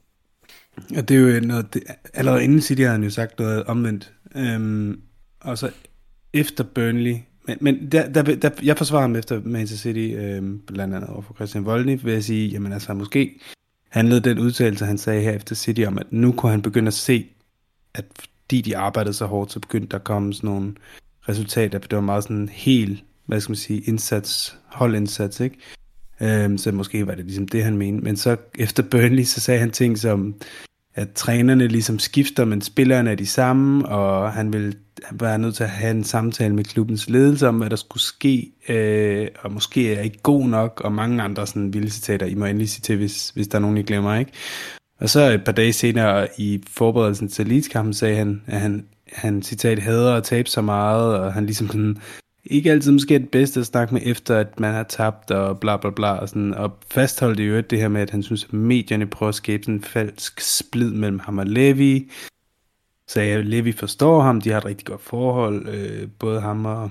Og det er jo noget, det, allerede inden City havde han jo sagt noget omvendt. Øhm, og så efter Burnley, men, men der, der, der, jeg forsvarer ham efter Manchester City, øhm, blandt andet over for Christian Voldny, vil jeg sige, jamen altså måske handlede den udtalelse, han sagde her efter City, om at nu kunne han begynde at se, at fordi de arbejdede så hårdt, så begyndte der at komme sådan nogle resultater, for det var meget sådan en helt, hvad skal man sige, indsats, holdindsats, ikke? Øhm, så måske var det ligesom det, han mente. Men så efter Burnley, så sagde han ting som, at trænerne ligesom skifter, men spillerne er de samme, og han ville være nødt til at have en samtale med klubbens ledelse om, hvad der skulle ske, øh, og måske er jeg ikke god nok, og mange andre sådan vilde citater, I må endelig sige til, hvis, hvis der er nogen, I glemmer, ikke? Og så et par dage senere i forberedelsen til Leeds-kampen sagde han, at han, han citat, hader at tabe så meget, og han ligesom sådan, ikke altid måske er det bedste at snakke med efter, at man har tabt, og bla bla bla, og, sådan, og fastholdt jo det her med, at han synes, at medierne prøver at skabe sådan en falsk splid mellem ham og Levy. Så jeg, Levy forstår ham, de har et rigtig godt forhold, øh, både ham og,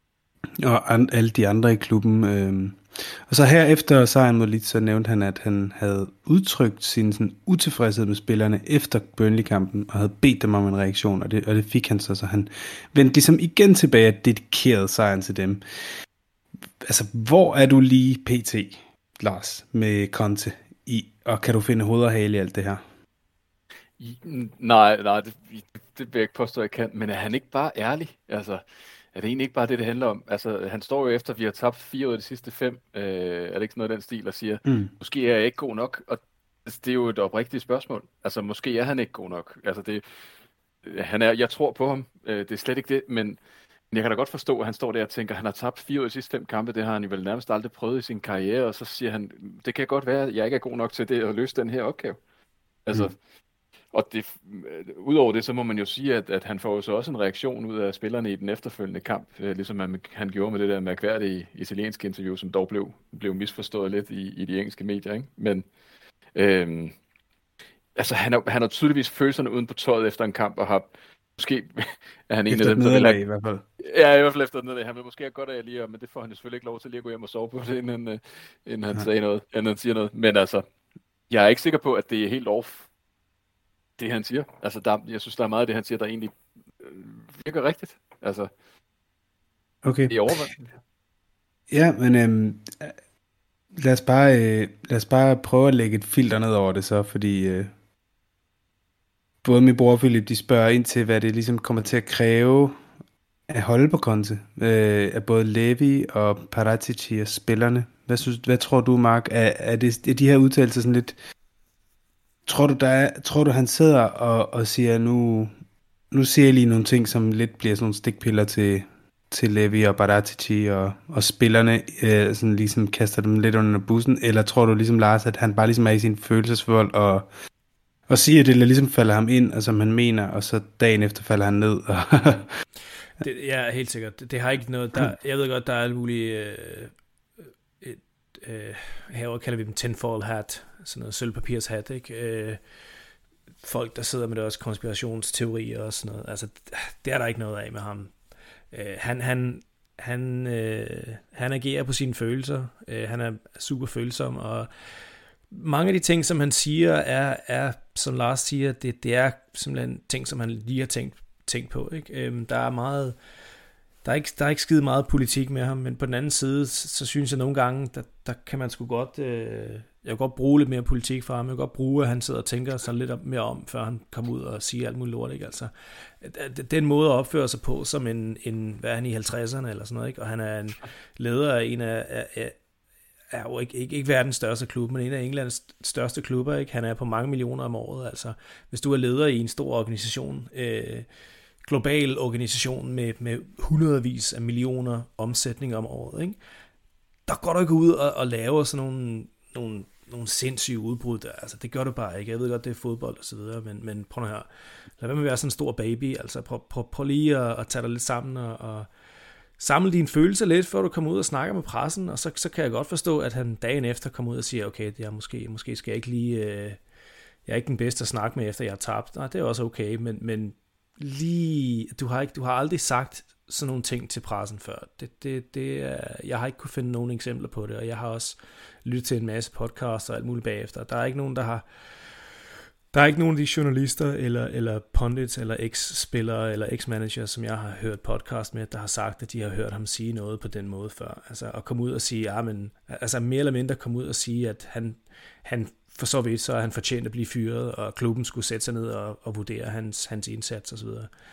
og an, alle de andre i klubben. Øh. Og så her efter sejren mod Leeds, så nævnte han, at han havde udtrykt sin sådan, utilfredshed med spillerne efter Burnley-kampen, og havde bedt dem om en reaktion, og det, og det fik han så, så han vendte ligesom igen tilbage og dedikerede sejren til dem. Altså, hvor er du lige pt, Lars, med Conte, i, og kan du finde hoved og hale i alt det her? I, nej, nej, det, det vil jeg ikke påstå, jeg kan, men er han ikke bare ærlig? Altså, er det egentlig ikke bare det, det handler om? Altså, han står jo efter, at vi har tabt fire ud af de sidste fem, øh, er det ikke sådan noget af den stil, og siger, mm. måske er jeg ikke god nok, og det er jo et oprigtigt spørgsmål. Altså, måske er han ikke god nok. Altså, det, han er, jeg tror på ham, øh, det er slet ikke det, men jeg kan da godt forstå, at han står der og tænker, at han har tabt fire ud af de sidste fem kampe, det har han jo vel nærmest aldrig prøvet i sin karriere, og så siger han, det kan godt være, at jeg ikke er god nok til det at løse den her opgave. Altså, mm. Og det, udover det, så må man jo sige, at, at han får jo så også en reaktion ud af spillerne i den efterfølgende kamp, øh, ligesom han, han gjorde med det der mærkværdige italienske interview, som dog blev, blev misforstået lidt i, i de engelske medier, ikke? Men øhm, altså, han har, han har tydeligvis følelserne uden på tøjet efter en kamp, og har måske er han en af dem, der vil have... i hvert fald. Ja, i hvert fald efter den. Han vil måske have godt af lige, men det får han jo selvfølgelig ikke lov til lige at gå hjem og sove på det, inden, uh, inden han, sagde noget, inden han siger noget. Men altså, jeg er ikke sikker på, at det er helt off, det han siger. Altså, der, jeg synes, der er meget af det, han siger, der egentlig øh, virker rigtigt. Altså, okay. I overvejen. Ja, men øhm, lad, os bare, øh, lad os bare prøve at lægge et filter ned over det så, fordi øh, både min bror og Philip, de spørger ind til, hvad det ligesom kommer til at kræve at holde på Conte, øh, af både Levi og Paratici og spillerne. Hvad, synes, hvad tror du, Mark? Er, er, det, er de her udtalelser sådan lidt... Tror du, der er, tror du han sidder og, og siger, nu, nu siger jeg lige nogle ting, som lidt bliver sådan nogle stikpiller til, til Levi og Paratici og, og spillerne, øh, sådan ligesom kaster dem lidt under bussen? Eller tror du ligesom Lars, at han bare ligesom er i sin følelsesvold og, og siger det, eller ligesom falder ham ind, og som han mener, og så dagen efter falder han ned? Og det, ja, helt sikkert. Det, det har ikke noget... Der, jeg ved godt, der er alle mulige... Øh, et, øh, herovre kalder vi dem tinfoil hat, sådan noget sølvpapirshat, ikke? Øh, folk, der sidder med deres konspirationsteorier og sådan noget. Altså, det er der ikke noget af med ham. Øh, han, han, han, øh, han agerer på sine følelser. Øh, han er super følsom, og mange af de ting, som han siger, er, er som Lars siger, det, det er simpelthen ting, som han lige har tænkt, tænkt på, ikke? Øh, der er meget... Der er, ikke, der er ikke skide meget politik med ham, men på den anden side, så, så synes jeg nogle gange, der, der kan man sgu godt, øh, jeg kan godt bruge lidt mere politik fra ham, jeg kan godt bruge, at han sidder og tænker sig lidt mere om, før han kommer ud og siger alt muligt lort, ikke? Altså, den måde at opføre sig på, som en, en hvad er han i halvtredserne eller sådan noget, ikke? Og han er en leder af en af, af, af er jo ikke, ikke, ikke verdens største klub, men en af Englands største klubber, ikke? Han er på mange millioner om året, altså, hvis du er leder i en stor organisation, øh, global organisation med, med hundredvis af millioner omsætning om året, ikke? Der går du ikke ud og, og laver sådan nogle, nogle, nogle sindssyge udbrud der. Altså, det gør du bare ikke. Jeg ved godt, det er fodbold og så videre, men, men prøv nu her. Lad være med at være sådan en stor baby. Altså, prøv, prøv, prøv lige at, at tage dig lidt sammen og, og samle dine følelser lidt, før du kommer ud og snakker med pressen, og så, så kan jeg godt forstå, at han dagen efter kommer ud og siger, okay, jeg måske, måske skal jeg ikke lige... Øh, jeg er ikke den bedste at snakke med, efter jeg har tabt. Nej, det er også okay, men, men lige, du har, ikke, du har aldrig sagt sådan nogle ting til pressen før. Det, det, det er, jeg har ikke kunne finde nogen eksempler på det, og jeg har også lyttet til en masse podcasts og alt muligt bagefter. Der er ikke nogen, der har, der er ikke nogen af de journalister, eller, eller pundits, eller ex-spillere, eller ex-manager, som jeg har hørt podcast med, der har sagt, at de har hørt ham sige noget på den måde før. Altså at komme ud og sige, ja, men, altså mere eller mindre komme ud og sige, at han, han for så vidt, så er han fortjent at blive fyret, og klubben skulle sætte sig ned og, og vurdere hans, hans indsats osv.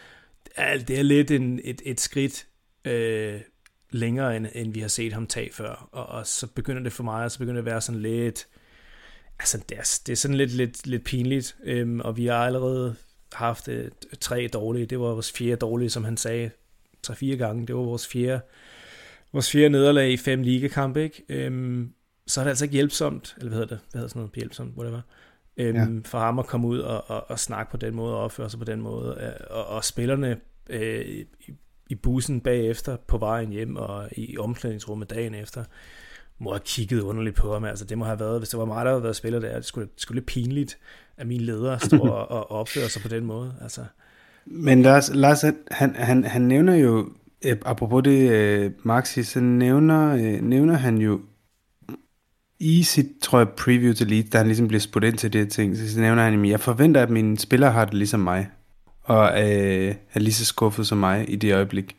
Det er lidt en, et, et skridt øh, længere, end, end vi har set ham tage før, og, og så begynder det for mig, og så begynder det at være sådan lidt, altså det er, det er sådan lidt, lidt, lidt pinligt, øhm, og vi har allerede haft øh, tre dårlige, det var vores fjerde dårlige, som han sagde, tre-fire gange, det var vores fjerde, vores fjerde nederlag i fem ligakampe, ikke? Øhm, så er det altså ikke hjælpsomt, eller hvad hedder det, hvad hedder sådan noget, hjælpsomt, whatever, øhm, ja. For ham at komme ud og, og, og snakke på den måde, og opføre sig på den måde, og, og spillerne øh, i, i bussen bagefter, på vejen hjem, og i omklædningsrummet dagen efter, må have kigget underligt på ham, altså det må have været, hvis det var mig, der havde været spiller der, det skulle, det skulle lidt pinligt, at mine ledere står og, og opfører sig på den måde, altså. Men Lars, Lars han, han, han nævner jo, apropos det, Maxi, så nævner, nævner han jo, i sit, tror jeg, preview til Leeds, da han ligesom bliver spurgt ind til det ting, så nævner han, at jeg forventer, at mine spillere har det ligesom mig, og øh, er lige så skuffet som mig i det øjeblik.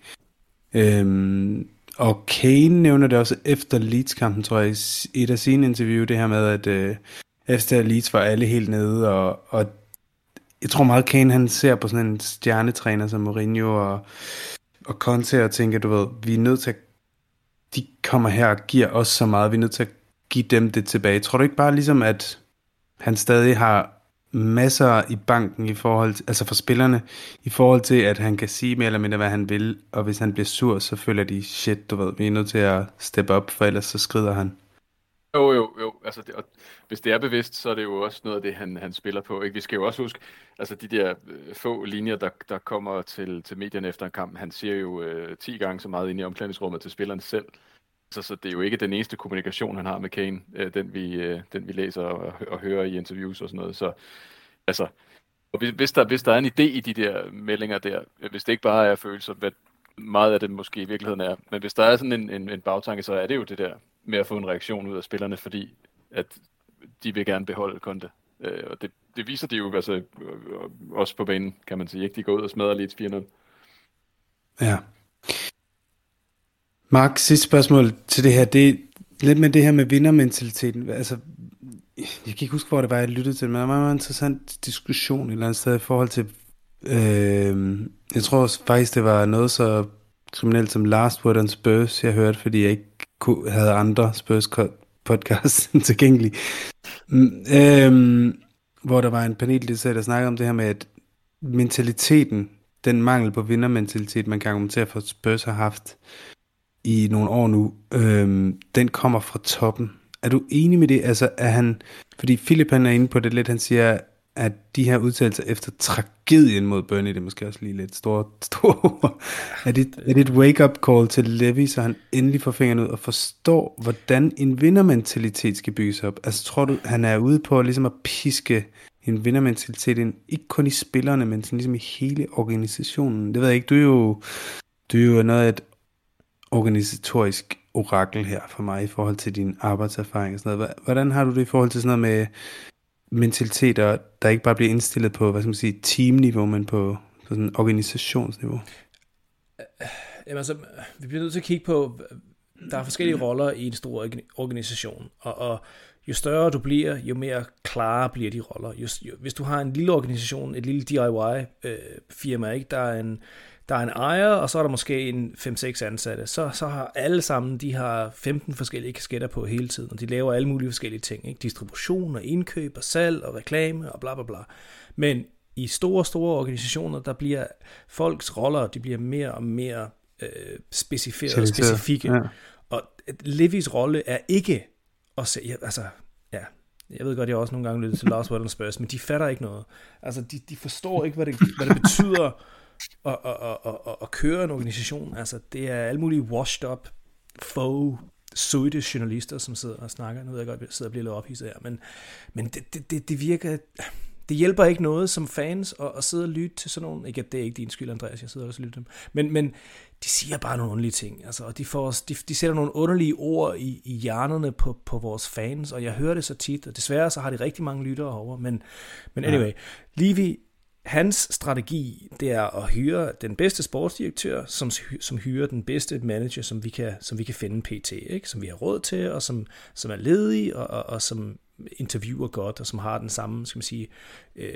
Øhm, og Kane nævner det også efter Leeds-kampen, tror jeg, i et af sine interview, det her med, at øh, efter Leeds var alle helt nede, og, og jeg tror meget, Kane han ser på sådan en stjernetræner som Mourinho og, og Conte og tænker, du ved, vi er nødt til at, de kommer her og giver os så meget, vi er nødt til at give dem det tilbage. Tror du ikke bare ligesom, at han stadig har masser i banken i forhold til, altså for spillerne, i forhold til, at han kan sige mere eller mindre, hvad han vil, og hvis han bliver sur, så føler de, shit, du ved, vi er nødt til at steppe op, for ellers så skrider han. Jo, jo, jo. Altså, det, og hvis det er bevidst, så er det jo også noget af det, han, han spiller på. Ikke? Vi skal jo også huske, altså de der øh, få linjer, der, der kommer til, til medierne efter en kamp, han siger jo øh, ti gange så meget ind i omklædningsrummet til spillerne selv. Så, så det er jo ikke den eneste kommunikation, han har med Kane, øh, den, vi, øh, den vi læser og, og hører i interviews og sådan noget. Så altså, og hvis, hvis, der, hvis der er en idé i de der meldinger der, hvis det ikke bare er følelser, hvad meget af det måske i virkeligheden er, men hvis der er sådan en, en, en bagtanke, så er det jo det der med at få en reaktion ud af spillerne, fordi at de vil gerne beholde Conte. Øh, og det, det viser de jo altså også på banen, kan man sige. Ikke? De går ud og smadrer lidt fire nul. Ja. Mark, sidste spørgsmål til det her, det er lidt med det her med vindermentaliteten. Altså, jeg kan ikke huske, hvor det var, jeg lyttede til, men der var en meget interessant diskussion et eller andet sted i forhold til, øh, jeg tror faktisk, det var noget så kriminelt som Last Word on Spurs, jeg hørte, fordi jeg ikke kunne, havde andre Spurs podcasts tilgængelige. Øh, hvor der var en panel, der snakkede om det her med, at mentaliteten, den mangel på vindermentalitet, man kan argumentere for, at Spurs har haft i nogle år nu, øhm, den kommer fra toppen. Er du enig med det? Altså, er han, fordi Philip han er inde på det lidt, han siger, at de her udtalelser efter tragedien mod Burnley, det er måske også lige lidt store, store er, det, er det et wake-up call til Levy, så han endelig får fingrene ud og forstår, hvordan en vindermentalitet skal bygges op? Altså, tror du, han er ude på ligesom at piske en vindermentalitet ind, ikke kun i spillerne, men sådan ligesom i hele organisationen? Det ved jeg ikke, du er jo, du er jo noget af et organisatorisk orakel her for mig i forhold til din arbejdserfaring og sådan noget. Hvordan har du det i forhold til sådan noget med mentaliteter, der ikke bare bliver indstillet på, hvad skal man sige, teamniveau, men på, på sådan organisationsniveau? Jamen altså, vi bliver nødt til at kigge på, der er forskellige roller i en stor organisation, og, og jo større du bliver, jo mere klare bliver de roller. Just, jo, hvis du har en lille organisation, et lille D I Y-firma, øh, ikke, der er en Der er en ejer, og så er der måske en fem seks ansatte. Så, så har alle sammen, de har femten forskellige kasketter på hele tiden, og de laver alle mulige forskellige ting. Ikke? Distribution og indkøb og salg og reklame og bla bla bla. Men i store, store organisationer, der bliver folks roller, de bliver mere og mere øh, specificerede og specifikke. Ja. Og Levys rolle er ikke at se, ja, altså, ja, jeg ved godt, jeg også nogle gange lytter til Lars Word on Spurs, men de fatter ikke noget. Altså, de, de forstår ikke, hvad det, hvad det betyder Og, og, og, og, og køre en organisation. Altså, det er alle mulige washed up, faux, søde journalister, som sidder og snakker. Nu ved jeg godt, jeg sidder og bliver lidt ophidset her, men, men det, det, det, det virker, det hjælper ikke noget som fans at, at sidde og lytte til sådan nogle, ikke at det er ikke din skyld, Andreas, jeg sidder også og lytter dem, men, men de siger bare nogle underlige ting, altså, og de, får, de, de sætter nogle underlige ord i, i hjernerne på, på vores fans, og jeg hører det så tit, og desværre så har de rigtig mange lyttere over, men, men anyway, ja. Levy, hans strategi, det er at hyre den bedste sportsdirektør, som, som hyrer den bedste manager, som vi kan, som vi kan finde pt, ikke? Som vi har råd til, og som, som er ledig, og, og, og som interviewer godt, og som har den samme, skal man sige, øh,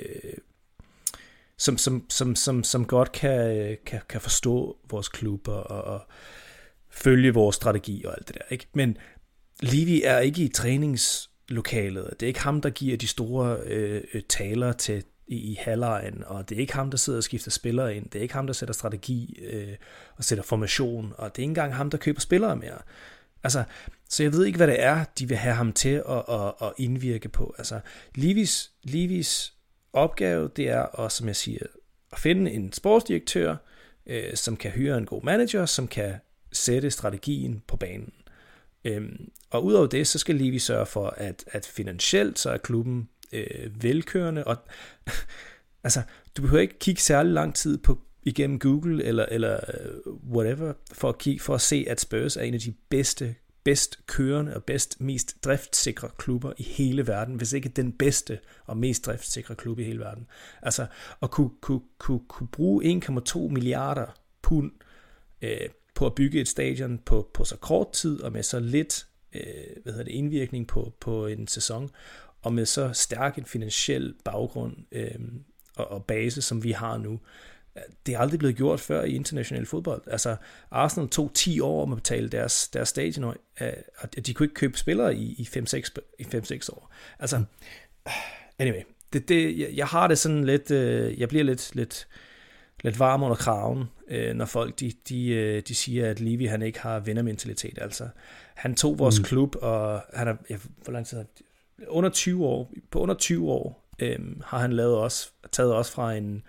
som, som, som, som, som godt kan, kan, kan forstå vores klub, og, og, og følge vores strategi, og alt det der, ikke? Men Levy er ikke i træningslokalet, det er ikke ham, der giver de store øh, taler til i, i halvlejen, og det er ikke ham, der sidder og skifter spillere ind, det er ikke ham, der sætter strategi øh, og sætter formation, og det er ikke engang ham, der køber spillere mere. Altså, så jeg ved ikke, hvad det er, de vil have ham til at, at, at indvirke på. Altså, Levys, Levys opgave, det er at, som jeg siger, at finde en sportsdirektør, øh, som kan hyre en god manager, som kan sætte strategien på banen. Øhm, og udover det, så skal Levy sørge for, at, at finansielt, så er klubben Øh, velkørende, og altså, du behøver ikke kigge særlig lang tid på igennem Google eller, eller uh, whatever, for at kigge, for at se, at Spurs er en af de bedste, bedst kørende og bedst, mest driftsikre klubber i hele verden, hvis ikke den bedste og mest driftsikre klub i hele verden. Altså, at kunne, kunne, kunne, kunne bruge en komma to milliarder pund øh, på at bygge et stadion på, på så kort tid, og med så lidt øh, hvad hedder det, indvirkning på, på en sæson, og med så stærk en finansiel baggrund øh, og, og base, som vi har nu. Det er aldrig blevet gjort før i international fodbold. Altså, Arsenal tog ti år om at betale deres, deres stadion, og de kunne ikke købe spillere i, i fem seks år. Altså, anyway, det, det, jeg, jeg har det sådan lidt, øh, jeg bliver lidt, lidt, lidt varm under kraven, øh, når folk de, de, de siger, at Levy han ikke har vindermentalitet. Altså, han tog vores mm. klub, og han er, ja, hvor lang tid under tyve år, på under tyve år øhm, har han lavet os, taget os fra en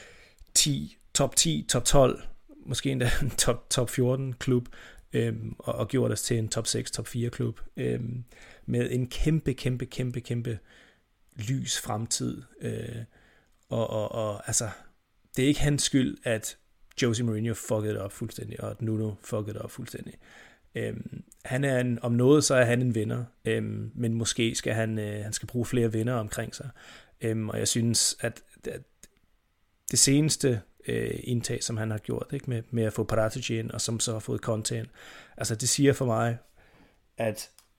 ti, top ti, top tolv, måske endda en top, top fjorten klub, øhm, og, og gjort os til en top seks, top fire klub, øhm, med en kæmpe, kæmpe, kæmpe, kæmpe lys fremtid. Øh, og, og, og altså, det er ikke hans skyld, at Jose Mourinho fuckede det op fuldstændig, og at Nuno fuckede det op fuldstændig. Øhm, han er en, om noget, så er han en vinder, øhm, men måske skal han, øh, han skal bruge flere vinder omkring sig. Øhm, og jeg synes, at, at det seneste øh, indtag, som han har gjort, ikke, med, med at få Paratici ind, og som så har fået Conte ind, altså det siger for mig, at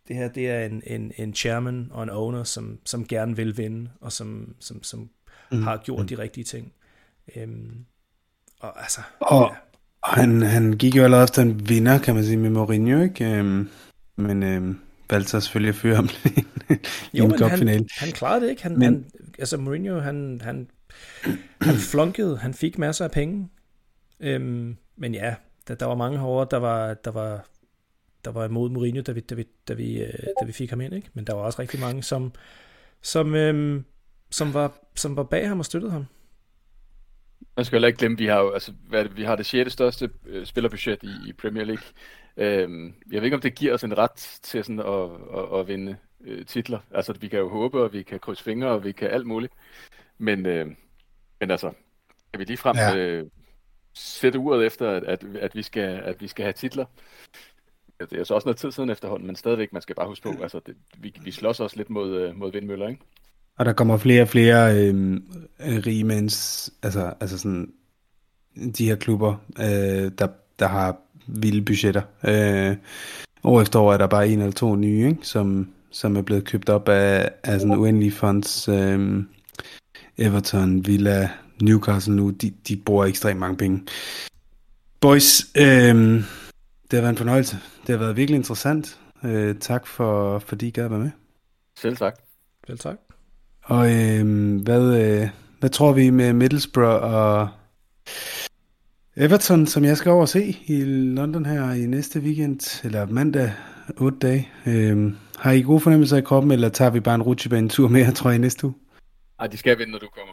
det her det er en, en, en chairman og en owner, som, som gerne vil vinde, og som, som, som mm. har gjort mm. de rigtige ting. Øhm, og altså... Og, ja. og han, han gik jo allerede efter en vinder, kan man sige, med Mourinho, ikke? Øhm, men øhm, valgte så selvfølgelig at føre ham i en cupfinale. Han, han klarede det ikke. Han, men, han, altså Mourinho, han, han, han flunkede, han fik masser af penge. Øhm, men ja, der, der var mange hårde, der var, der var, der var imod Mourinho, da vi, da, vi, da, vi, da vi fik ham ind, ikke? Men der var også rigtig mange, som, som, øhm, som, var, som var bag ham og støttede ham. Man skal heller ikke glemme, vi har jo, altså, hvad det, vi har det sjette største øh, spillerbudget i, i Premier League. Øhm, jeg ved ikke, om det giver os en ret til sådan at, at, at vinde øh, titler. Altså, vi kan jo håbe, og vi kan krydse fingre, og vi kan alt muligt. Men, øh, men altså, kan vi lige frem ja. øh, sætte uret efter, at, at, at, vi skal, at vi skal have titler? Det er så også noget tid siden efterhånden, men stadigvæk, man skal bare huske på, altså, det, vi, vi slås også lidt mod, øh, mod vindmøller, ikke? Og der kommer flere og flere øh, rige mens, altså, altså sådan, de her klubber, øh, der, der har vilde budgetter. Øh, år efter år er der bare en eller to nye, ikke? Som, som er blevet købt op af, af sådan uendelige funds. Øh, Everton, Villa, Newcastle nu, de, de bruger ekstremt mange penge. Boys, øh, det har været en fornøjelse. Det har været virkelig interessant. Øh, tak for, fordi I gad være med. Selv tak. Selv tak. Og øh, hvad, øh, hvad tror vi med Middlesbrough og Everton, som jeg skal over og se i London her i næste weekend, eller mandag, otte dage. Øh, har I gode fornemmelser i kroppen, eller tager vi bare en rutsjebane-tur mere, tror jeg, i næste uge? Ej, de skal vinde, når du kommer.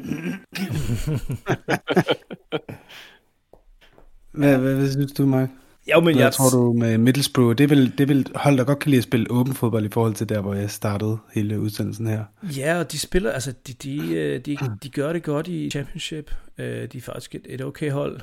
hvad, hvad, hvad synes du, Mark? Jo, men Hvad jeg tror du med Middlesbrough? Det er vel, det er vel hold, der godt kan lide at spille åben fodbold i forhold til der, hvor jeg startede hele udsendelsen her. Ja, og de spiller, altså de, de, de, de gør det godt i Championship. De er faktisk et, et okay hold.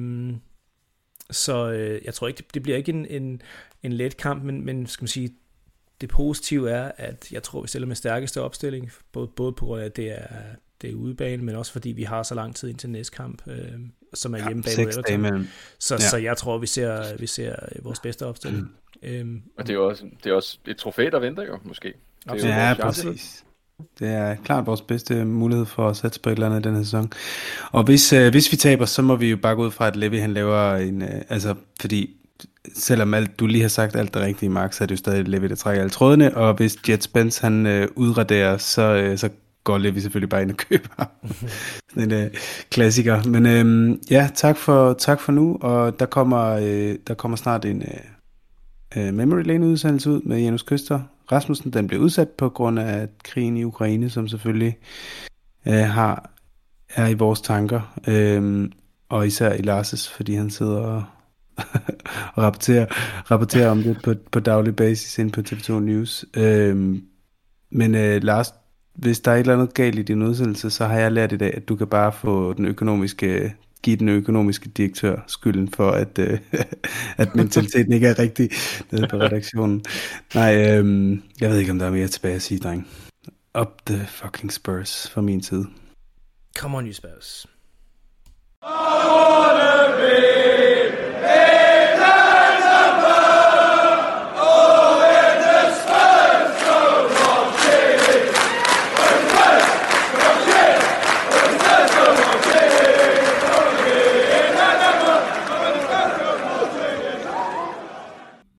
Så jeg tror ikke, det bliver ikke en, en, en let kamp, men, men skal man sige, det positive er, at jeg tror, vi stiller med stærkeste opstilling, både, både på grund af, at det er, det er udebane, men også fordi vi har så lang tid indtil næste kamp, øh, som er ja, hjemmebane med Everton. Så, ja. så jeg tror, vi ser, vi ser vores bedste opstilling. Mm. Øhm, og det er, også, det er også et trofæ, der venter jo, måske. Det er ja, præcis. Det er klart vores bedste mulighed for at sætte på et eller andet i den her sæson. Og hvis, øh, hvis vi taber, så må vi jo bare gå ud fra, at Levy han laver en... Øh, altså, fordi selvom alt, du lige har sagt alt det rigtige, Mark, så er det jo stadig Levy, der trækker alle trådene. Og hvis Jet Spence han øh, udraderer, så, øh, så går Levy selvfølgelig bare ind og køber. Sådan en øh, klassiker. Men øh, ja, tak for, tak for nu. Og der kommer, øh, der kommer snart en øh, Memory Lane udsendelse ud med Janus Køster Rasmussen. Den bliver udsat på grund af krigen i Ukraine, som selvfølgelig øh, har, er i vores tanker. Øh, og især i Larses, fordi han sidder og, og rapporterer, rapporterer om det på, på daglig basis ind på T V to News. Øh, men øh, Lars, hvis der er et eller andet galt i din udsendelse, så har jeg lært i dag, at du kan bare få den økonomiske, give den økonomiske direktør skylden for, at, øh, at mentaliteten ikke er rigtig nede på redaktionen. Nej, øh, jeg ved ikke, om der er mere tilbage at sige, dreng. Up the fucking Spurs fra min side. Come on, you Spurs. I wanna be